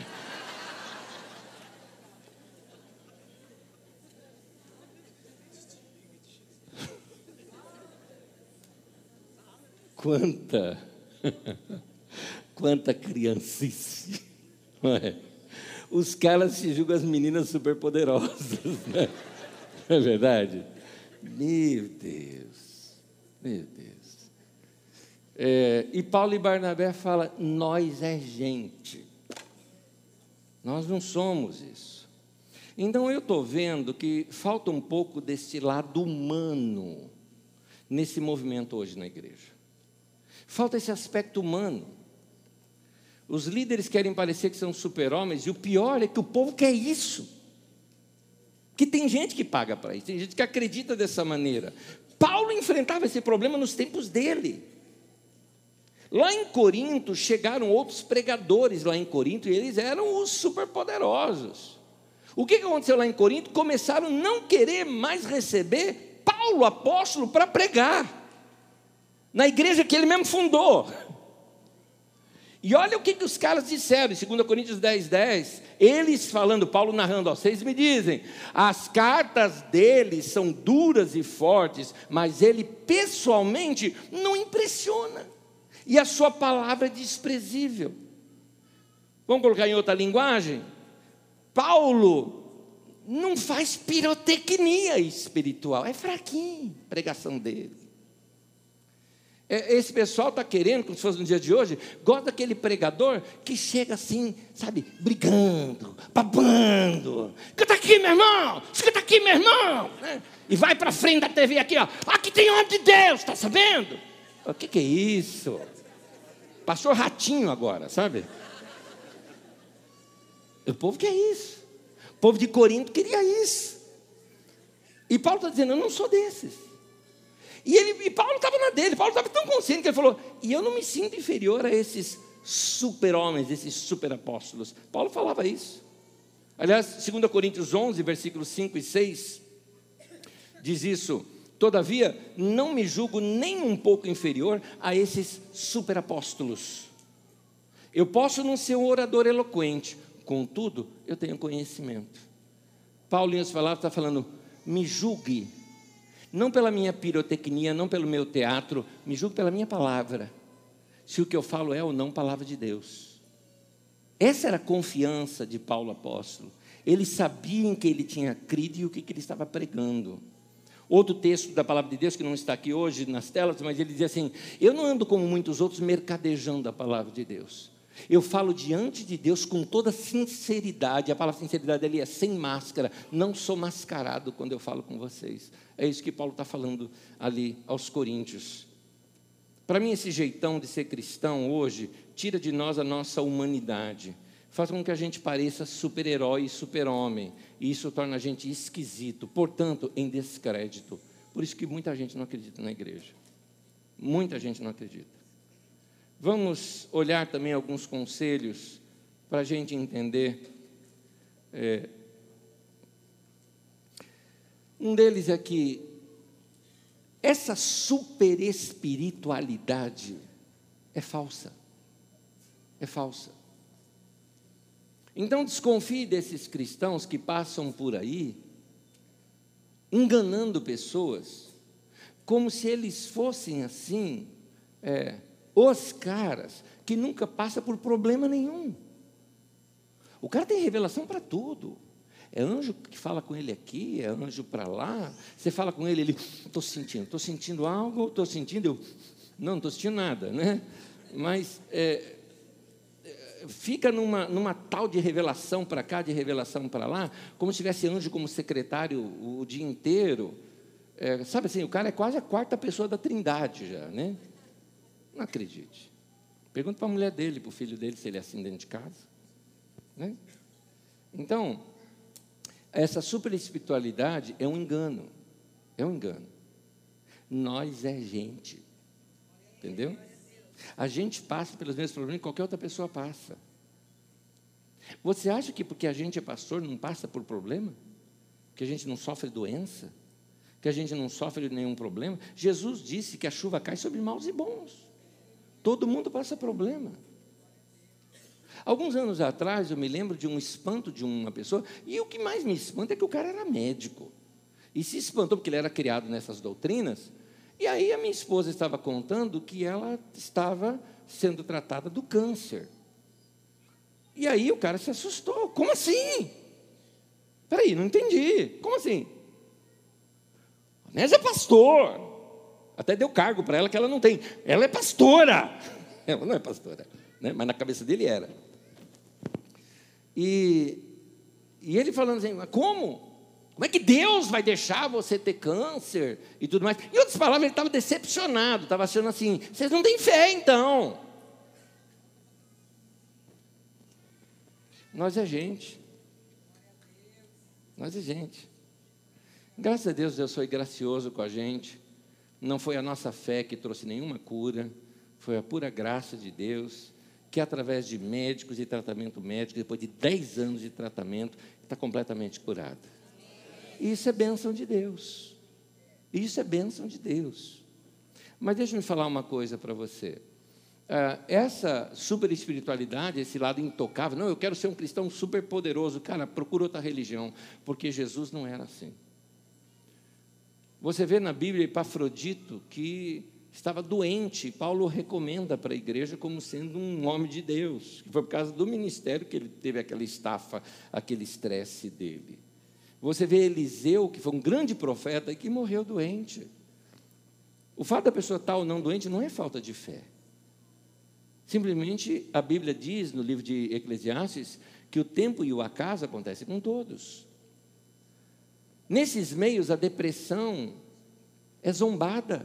Quanta criancice, não é? Os caras se julgam as meninas superpoderosas, né? Não é verdade? Meu Deus, meu Deus. E Paulo e Barnabé falam, nós é gente, nós não somos isso. Então eu estou vendo que falta um pouco desse lado humano nesse movimento hoje na igreja. Falta esse aspecto humano. Os líderes querem parecer que são super-homens, e o pior é que o povo quer isso. Que tem gente que paga para isso, tem gente que acredita dessa maneira. Paulo enfrentava esse problema nos tempos dele. Lá em Corinto, chegaram outros pregadores lá em Corinto, e eles eram os superpoderosos. O que aconteceu lá em Corinto? Começaram a não querer mais receber Paulo, apóstolo, para pregar na igreja que ele mesmo fundou. E olha o que os caras disseram, em 2 Coríntios 10:10, eles falando, Paulo narrando, vocês me dizem, as cartas dele são duras e fortes, mas ele pessoalmente não impressiona, e a sua palavra é desprezível. Vamos colocar em outra linguagem? Paulo não faz pirotecnia espiritual, é fraquinho a pregação dele. Esse pessoal está querendo, como se fosse no dia de hoje, gosta daquele pregador que chega assim, sabe, brigando, babando. Escuta aqui, meu irmão, escuta aqui, meu irmão. E vai para frente da TV aqui, ó. Aqui tem homem de Deus, está sabendo? O que é isso? Pastor Ratinho agora, sabe? O povo quer isso. O povo de Corinto queria isso. E Paulo está dizendo, eu não sou desses. E Paulo estava na dele, Paulo estava tão consciente que ele falou, e eu não me sinto inferior a esses super-homens, esses super-apóstolos. Paulo falava isso. Aliás, 2 Coríntios 11, versículos 5 e 6, diz isso, todavia, não me julgo nem um pouco inferior a esses super-apóstolos. Eu posso não ser um orador eloquente, contudo, eu tenho conhecimento. Paulo, em outras palavras, está falando, me julgue, não pela minha pirotecnia, não pelo meu teatro, me julgue pela minha palavra, se o que eu falo é ou não palavra de Deus. Essa era a confiança de Paulo apóstolo. Ele sabia em que ele tinha crido e o que ele estava pregando. Outro texto da palavra de Deus, que não está aqui hoje nas telas, mas ele diz assim, eu não ando como muitos outros mercadejando a palavra de Deus. Eu falo diante de Deus com toda sinceridade. A palavra sinceridade ali é sem máscara. Não sou mascarado quando eu falo com vocês. É isso que Paulo está falando ali aos Coríntios. Para mim, esse jeitão de ser cristão hoje tira de nós a nossa humanidade. Faz com que a gente pareça super-herói e super-homem. E isso torna a gente esquisito, portanto, em descrédito. Por isso que muita gente não acredita na igreja. Muita gente não acredita. Vamos olhar também alguns conselhos para a gente entender. Um deles é que essa super espiritualidade é falsa. É falsa. Então desconfie desses cristãos que passam por aí enganando pessoas, como se eles fossem assim, os caras que nunca passam por problema nenhum. O cara tem revelação para tudo. É anjo que fala com ele aqui, é anjo para lá. Você fala com ele, ele, estou sentindo algo, estou sentindo, não estou sentindo nada, né? Mas fica numa tal de revelação para cá, de revelação para lá, como se tivesse anjo como secretário o dia inteiro. Sabe assim, o cara é quase a quarta pessoa da Trindade já, né? Não acredite. Pergunta para a mulher dele, para o filho dele, se ele é assim dentro de casa, né? Então, essa super espiritualidade é um engano. É um engano. Nós é gente. Entendeu? A gente passa pelos mesmos problemas que qualquer outra pessoa passa. Você acha que porque a gente é pastor não passa por problema? Que a gente não sofre doença? Que a gente não sofre nenhum problema? Jesus disse que a chuva cai sobre maus e bons. Todo mundo passa problema. Alguns anos atrás, eu me lembro de um espanto de uma pessoa, e o que mais me espanta é que o cara era médico. E se espantou porque ele era criado nessas doutrinas, e aí a minha esposa estava contando que ela estava sendo tratada do câncer. E aí o cara se assustou. Como assim? Espera aí, não entendi. Como assim? Onésio é pastor. Até deu cargo para ela que ela não tem. Ela é pastora. Ela não é pastora, né? Mas na cabeça dele era. E ele falando assim, mas como? Como é que Deus vai deixar você ter câncer e tudo mais? Em outras palavras, ele estava decepcionado, estava achando assim, vocês não têm fé então. Nós é gente. Nós é gente. Graças a Deus, Deus foi gracioso com a gente. Não foi a nossa fé que trouxe nenhuma cura, foi a pura graça de Deus, que através de médicos e tratamento médico, depois de 10 anos de tratamento, está completamente curada. E isso é bênção de Deus. Isso é bênção de Deus. Mas deixa-me falar uma coisa para você. Essa super espiritualidade, esse lado intocável, não, eu quero ser um cristão super poderoso. Cara, procura outra religião, porque Jesus não era assim. Você vê na Bíblia Epafrodito que estava doente. Paulo recomenda para a igreja como sendo um homem de Deus, que foi por causa do ministério que ele teve aquela estafa, aquele estresse dele. Você vê Eliseu, que foi um grande profeta e que morreu doente. O fato da pessoa estar ou não doente não é falta de fé. Simplesmente a Bíblia diz no livro de Eclesiastes que o tempo e o acaso acontecem com todos. Nesses meios, a depressão é zombada.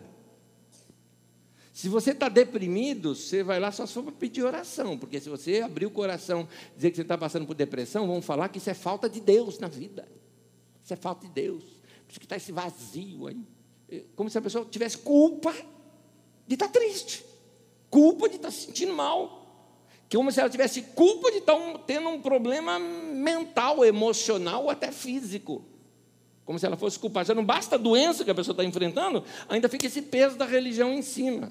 Se você está deprimido, você vai lá só se for para pedir oração, porque se você abrir o coração e dizer que você está passando por depressão, vão falar que isso é falta de Deus na vida. Isso é falta de Deus. Por isso que está esse vazio aí. Como se a pessoa tivesse culpa de estar triste, culpa de estar se sentindo mal, como se ela tivesse culpa de estar tendo um problema mental, emocional ou até físico. Como se ela fosse culpada. Já não basta a doença que a pessoa está enfrentando, ainda fica esse peso da religião em cima.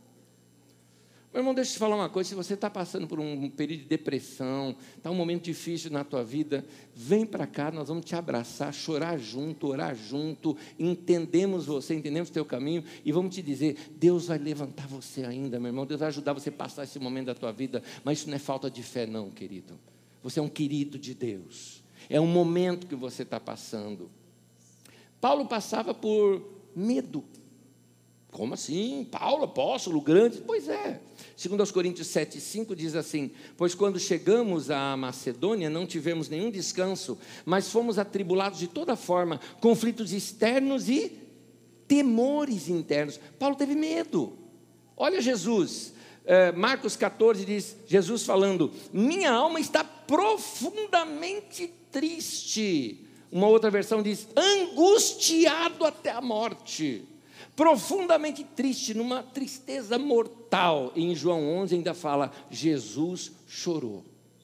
Meu irmão, deixa eu te falar uma coisa. Se você está passando por um período de depressão, está um momento difícil na tua vida, vem para cá, nós vamos te abraçar, chorar junto, orar junto, entendemos você, entendemos o teu caminho, e vamos te dizer, Deus vai levantar você ainda, meu irmão, Deus vai ajudar você a passar esse momento da tua vida, mas isso não é falta de fé não, querido. Você é um querido de Deus. É um momento que você está passando. Paulo passava por medo. Como assim? Paulo, apóstolo, grande? Pois é. Segundo aos Coríntios 7:5 diz assim: pois quando chegamos à Macedônia não tivemos nenhum descanso, mas fomos atribulados de toda forma, conflitos externos e temores internos. Paulo teve medo. Olha Jesus, Marcos 14 diz, Jesus falando: minha alma está profundamente triste. Uma outra versão diz: angustiado até a morte. Profundamente triste, numa tristeza mortal. E em João 11 ainda fala: Jesus chorou.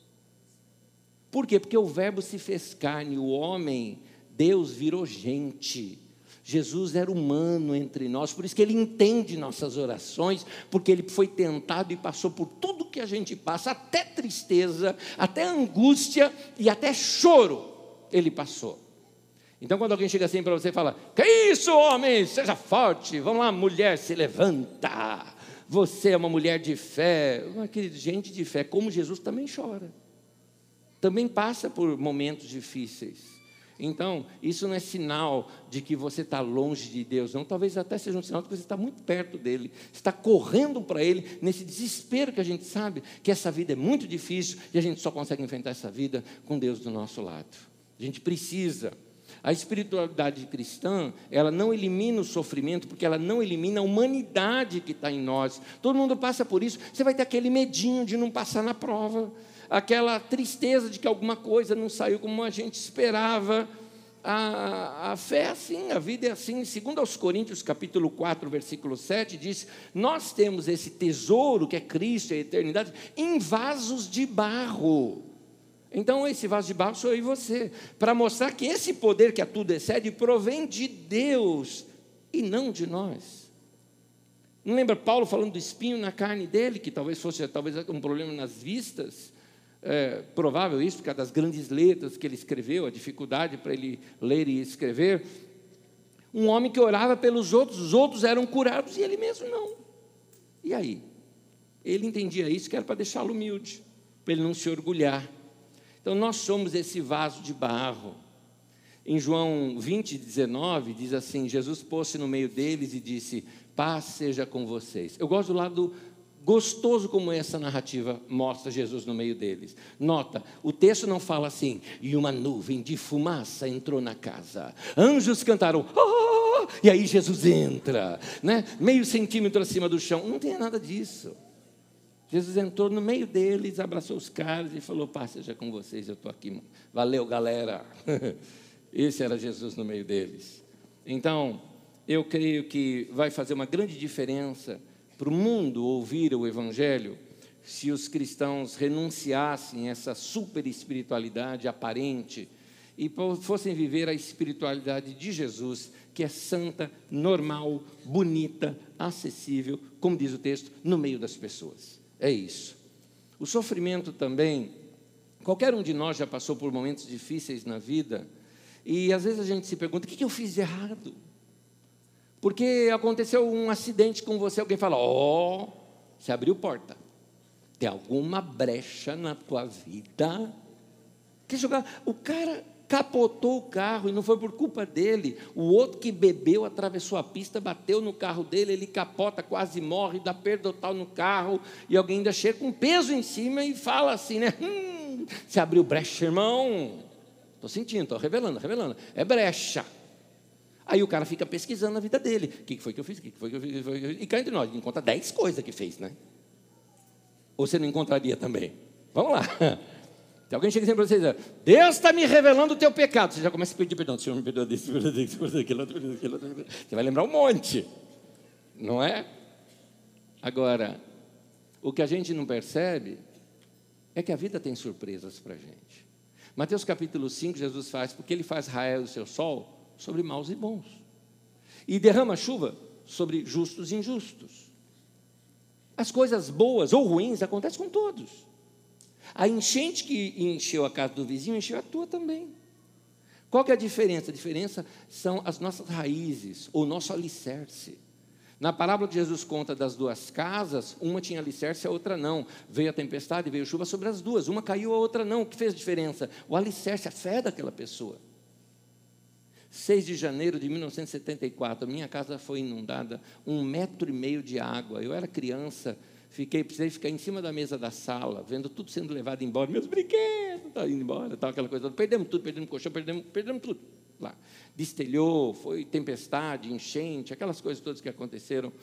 Por quê? Porque o verbo se fez carne, o homem, Deus virou gente. Jesus era humano entre nós, por isso que Ele entende nossas orações, porque Ele foi tentado e passou por tudo que a gente passa, até tristeza, até angústia e até choro, Ele passou. Então quando alguém chega assim para você e fala: que isso, homem, seja forte, vamos lá, mulher, se levanta, você é uma mulher de fé. Querido, gente de fé, como Jesus, também chora, também passa por momentos difíceis. Então, isso não é sinal de que você está longe de Deus, não. Talvez até seja um sinal de que você está muito perto dEle, está correndo para Ele, nesse desespero que a gente sabe que essa vida é muito difícil e a gente só consegue enfrentar essa vida com Deus do nosso lado. A gente precisa. A espiritualidade cristã, ela não elimina o sofrimento, porque ela não elimina a humanidade que está em nós. Todo mundo passa por isso. Você vai ter aquele medinho de não passar na prova, aquela tristeza de que alguma coisa não saiu como a gente esperava. A fé é assim, a vida é assim. Segundo aos Coríntios, capítulo 4, versículo 7, diz: nós temos esse tesouro, que é Cristo, a eternidade, em vasos de barro. Então esse vaso de barro sou eu e você, para mostrar que esse poder que a tudo excede provém de Deus e não de nós. Não lembra Paulo falando do espinho na carne dele, que talvez fosse um problema nas vistas? Provável isso, por causa das grandes letras que ele escreveu, a dificuldade para ele ler e escrever. Um homem que orava pelos outros, os outros eram curados e ele mesmo não. E aí? Ele entendia isso, que era para deixá-lo humilde, para ele não se orgulhar. Então nós somos esse vaso de barro. Em João 20:19 diz assim: Jesus pôs-se no meio deles e disse: paz seja com vocês. Eu gosto do lado gostoso como essa narrativa mostra Jesus no meio deles. Nota, o texto não fala assim: e uma nuvem de fumaça entrou na casa, anjos cantaram, oh! E aí Jesus entra, né? Meio centímetro acima do chão. Não tem nada disso. Jesus entrou no meio deles, abraçou os caras e falou: paz seja com vocês, eu estou aqui. Valeu, galera. Esse era Jesus no meio deles. Então, eu creio que vai fazer uma grande diferença para o mundo ouvir o Evangelho, se os cristãos renunciassem a essa super espiritualidade aparente e fossem viver a espiritualidade de Jesus, que é santa, normal, bonita, acessível, como diz o texto, no meio das pessoas. É isso. O sofrimento também, qualquer um de nós já passou por momentos difíceis na vida, e às vezes a gente se pergunta: o que eu fiz de errado? Porque aconteceu um acidente com você, alguém fala: você abriu porta, tem alguma brecha na tua vida. Quer jogar? O cara capotou o carro e não foi por culpa dele. O outro que bebeu atravessou a pista, bateu no carro dele, ele capota, quase morre, dá perda total no carro, e alguém ainda chega com peso em cima e fala assim, né? Você abriu brecha, irmão. Estou sentindo, estou revelando. É brecha. Aí o cara fica pesquisando a vida dele. O que foi que eu fiz? E cá entre nós, ele encontra 10 coisas que fez, né? Ou você não encontraria também? Vamos lá. Se alguém chega assim para você e diz: Deus está me revelando o teu pecado, você já começa a pedir perdão. Senhor, me perdoa disso, daquilo. Você vai lembrar um monte, não é? Agora, o que a gente não percebe é que a vida tem surpresas para a gente. Mateus capítulo 5, Jesus faz: porque Ele faz raiar o seu sol sobre maus e bons, e derrama chuva sobre justos e injustos. As coisas boas ou ruins acontecem com todos. A enchente que encheu a casa do vizinho encheu a tua também. Qual que é a diferença? A diferença são as nossas raízes, o nosso alicerce. Na parábola que Jesus conta das duas casas, uma tinha alicerce, a outra não. Veio a tempestade, veio chuva sobre as duas. Uma caiu, a outra não. O que fez diferença? O alicerce, a fé daquela pessoa. 6 de janeiro de 1974, minha casa foi inundada, 1,5 metro de água. Eu era criança, precisei ficar em cima da mesa da sala, vendo tudo sendo levado embora, meus brinquedos, tá indo embora, tal, aquela coisa. Perdemos tudo, perdemos colchão, perdemos tudo lá. Destelhou, foi tempestade, enchente, aquelas coisas todas que aconteceram.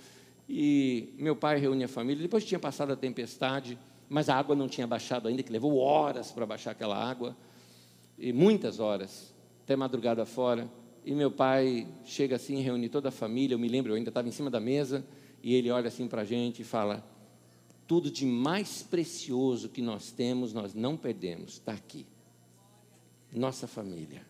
E meu pai reúne a família, depois tinha passado a tempestade, mas a água não tinha baixado ainda, que levou horas para baixar aquela água, e muitas horas, até madrugada fora. E meu pai chega assim, reúne toda a família, eu me lembro, eu ainda estava em cima da mesa, e ele olha assim para a gente e fala: tudo de mais precioso que nós temos, nós não perdemos, está aqui, nossa família.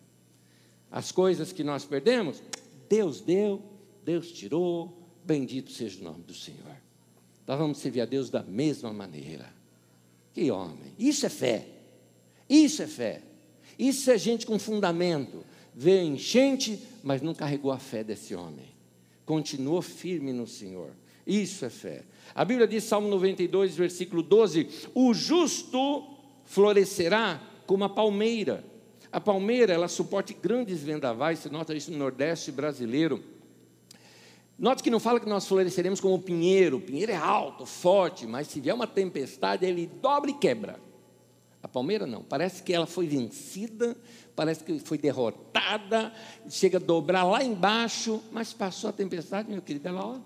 As coisas que nós perdemos, Deus deu, Deus tirou, bendito seja o nome do Senhor. Nós vamos servir a Deus da mesma maneira. Que homem, isso é fé, isso é fé, isso é gente com fundamento. Vê enchente, mas não carregou a fé desse homem, continuou firme no Senhor, isso é fé. A Bíblia diz, Salmo 92, versículo 12, o justo florescerá como a palmeira. A palmeira, ela suporta grandes vendavais, você nota isso no Nordeste brasileiro. Note que não fala que nós floresceremos como o pinheiro é alto, forte, mas se vier uma tempestade, ele dobra e quebra. A palmeira não, parece que ela foi vencida, parece que foi derrotada, chega a dobrar lá embaixo, mas passou a tempestade, meu querido, ela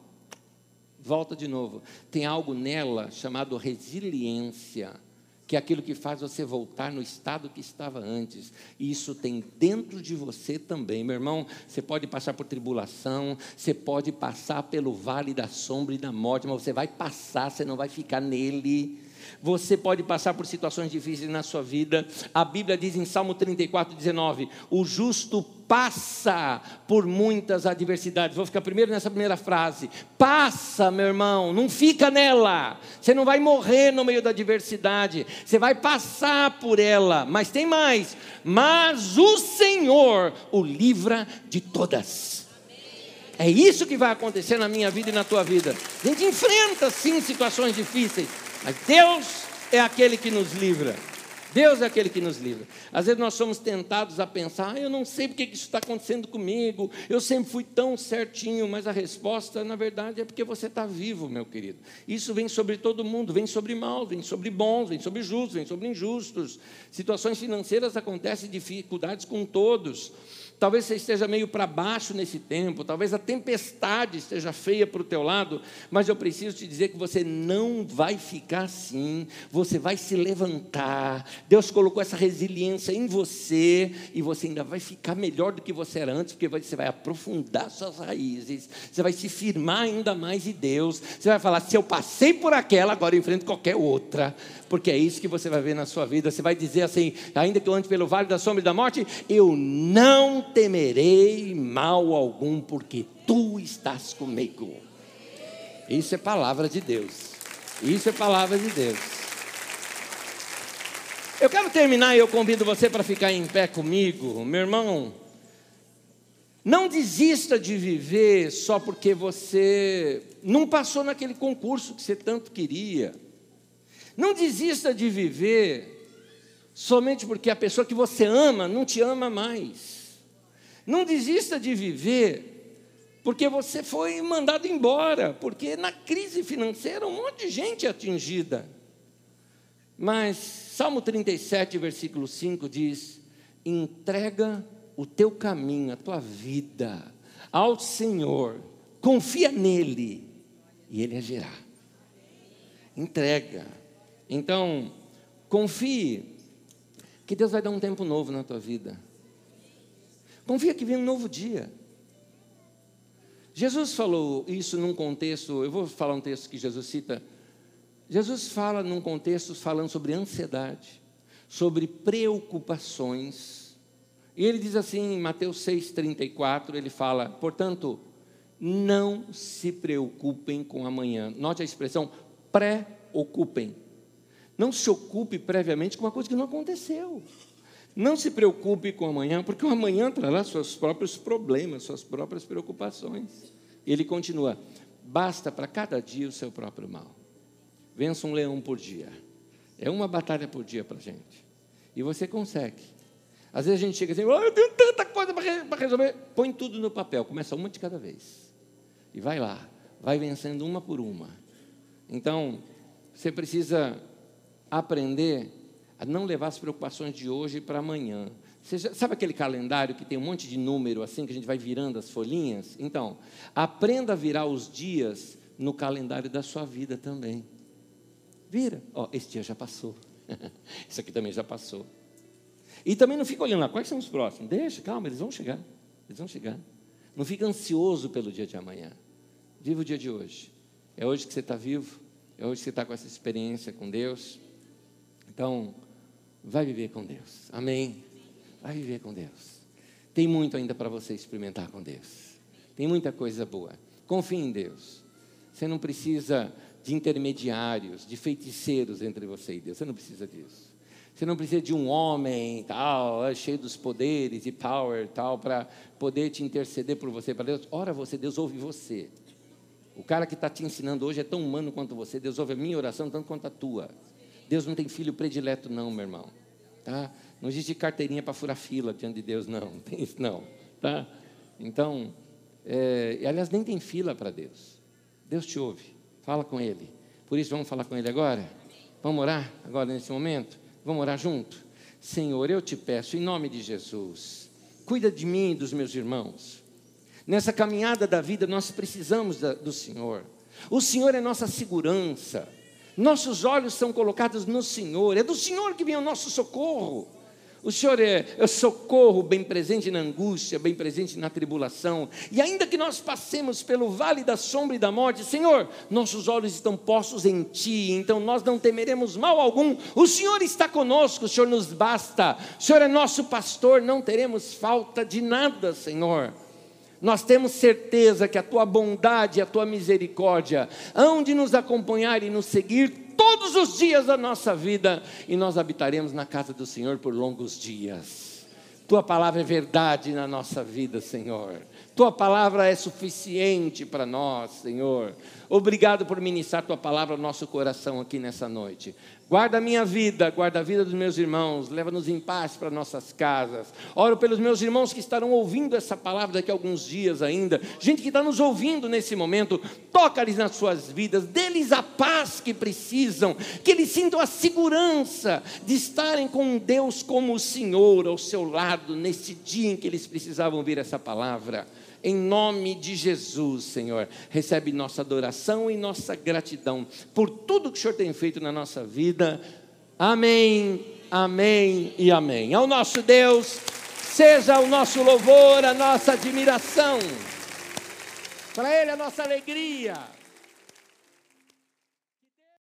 volta de novo. Tem algo nela chamado resiliência, que é aquilo que faz você voltar no estado que estava antes. E isso tem dentro de você também, meu irmão. Você pode passar por tribulação, você pode passar pelo vale da sombra e da morte, mas você vai passar, você não vai ficar nele. Você pode passar por situações difíceis na sua vida. A Bíblia diz em Salmo 34, 19, o justo passa por muitas adversidades. Vou ficar primeiro nessa primeira frase. Passa, meu irmão, não fica nela. Você não vai morrer no meio da adversidade, você vai passar por ela. Mas tem mais, mas o Senhor o livra de todas. É isso que vai acontecer na minha vida e na tua vida. A gente enfrenta sim situações difíceis, mas Deus é aquele que nos livra. Deus é aquele que nos livra. Às vezes nós somos tentados a pensar, eu não sei porque isso está acontecendo comigo, eu sempre fui tão certinho, mas a resposta, na verdade, é porque você está vivo, meu querido. Isso vem sobre todo mundo, vem sobre maus, vem sobre bons, vem sobre justos, vem sobre injustos. Situações financeiras acontecem, dificuldades com todos. Talvez você esteja meio para baixo nesse tempo, talvez a tempestade esteja feia para o teu lado, mas eu preciso te dizer que você não vai ficar assim, você vai se levantar. Deus colocou essa resiliência em você e você ainda vai ficar melhor do que você era antes, porque você vai aprofundar suas raízes, você vai se firmar ainda mais em Deus, você vai falar, se eu passei por aquela, agora eu enfrento qualquer outra, porque é isso que você vai ver na sua vida. Você vai dizer assim, ainda que eu ande pelo vale da sombra e da morte, eu não temerei mal algum, porque tu estás comigo. Isso é palavra de Deus. Isso é palavra de Deus. Eu quero terminar e eu convido você para ficar em pé comigo. Meu irmão, não desista de viver só porque você não passou naquele concurso que você tanto queria. Não desista de viver somente porque a pessoa que você ama não te ama mais. Não desista de viver porque você foi mandado embora, porque na crise financeira um monte de gente é atingida. Mas Salmo 37, versículo 5 diz, entrega o teu caminho, a tua vida ao Senhor, confia nele e ele agirá. Entrega. Então, confie que Deus vai dar um tempo novo na tua vida. Confia que vem um novo dia. Jesus falou isso num contexto, eu vou falar um texto que Jesus cita. Jesus fala num contexto falando sobre ansiedade, sobre preocupações. E ele diz assim em Mateus 6,34, ele fala, portanto, não se preocupem com amanhã. Note a expressão, preocupem. Não se ocupe previamente com uma coisa que não aconteceu. Não se preocupe com o amanhã, porque o amanhã trará seus próprios problemas, suas próprias preocupações. E ele continua, basta para cada dia o seu próprio mal. Vença um leão por dia. É uma batalha por dia para a gente. E você consegue. Às vezes a gente chega assim, eu tenho tanta coisa para resolver. Põe tudo no papel, começa uma de cada vez. E vai lá, vai vencendo uma por uma. Então, você precisa aprender a não levar as preocupações de hoje para amanhã. Você sabe aquele calendário que tem um monte de número assim, que a gente vai virando as folhinhas? Então, aprenda a virar os dias no calendário da sua vida também. Vira, esse dia já passou. Isso aqui também já passou. E também não fica olhando lá, quais são os próximos? Deixa, calma, eles vão chegar. Eles vão chegar. Não fica ansioso pelo dia de amanhã. Viva o dia de hoje. É hoje que você está vivo. É hoje que você está com essa experiência com Deus. Então, vai viver com Deus. Amém? Vai viver com Deus. Tem muito ainda para você experimentar com Deus. Tem muita coisa boa. Confie em Deus. Você não precisa de intermediários, de feiticeiros entre você e Deus. Você não precisa disso. Você não precisa de um homem tal, cheio dos poderes e power tal, para poder te interceder por você, para Deus. Ora você, Deus ouve você. O cara que está te ensinando hoje é tão humano quanto você. Deus ouve a minha oração tanto quanto a tua. Deus não tem filho predileto não, meu irmão. Tá? Não existe carteirinha para furar fila diante de Deus, não. Não tem isso não. Tá? Então, aliás, nem tem fila para Deus. Deus te ouve. Fala com Ele. Por isso, vamos falar com Ele agora? Vamos orar agora nesse momento? Vamos orar junto? Senhor, eu te peço, em nome de Jesus, cuida de mim e dos meus irmãos. Nessa caminhada da vida, nós precisamos do Senhor. O Senhor é nossa segurança. Nossos olhos são colocados no Senhor. É do Senhor que vem o nosso socorro. O Senhor é socorro bem presente na angústia, bem presente na tribulação. E ainda que nós passemos pelo vale da sombra e da morte, Senhor, nossos olhos estão postos em Ti, então nós não temeremos mal algum. O Senhor está conosco, o Senhor nos basta. O Senhor é nosso pastor, não teremos falta de nada, Senhor. Nós temos certeza que a Tua bondade e a Tua misericórdia hão de nos acompanhar e nos seguir todos os dias da nossa vida, e nós habitaremos na casa do Senhor por longos dias. Tua palavra é verdade na nossa vida, Senhor. Tua palavra é suficiente para nós, Senhor. Obrigado por ministrar Tua palavra ao nosso coração aqui nessa noite. Guarda a minha vida, guarda a vida dos meus irmãos, leva-nos em paz para nossas casas. Oro pelos meus irmãos que estarão ouvindo essa palavra daqui a alguns dias ainda. Gente que está nos ouvindo nesse momento, toca-lhes nas suas vidas, dê-lhes a paz que precisam, que eles sintam a segurança de estarem com um Deus como o Senhor ao seu lado, nesse dia em que eles precisavam ouvir essa palavra. Em nome de Jesus, Senhor, recebe nossa adoração e nossa gratidão por tudo que o Senhor tem feito na nossa vida. Amém, amém e amém. Ao nosso Deus, seja o nosso louvor, a nossa admiração. Para Ele a nossa alegria.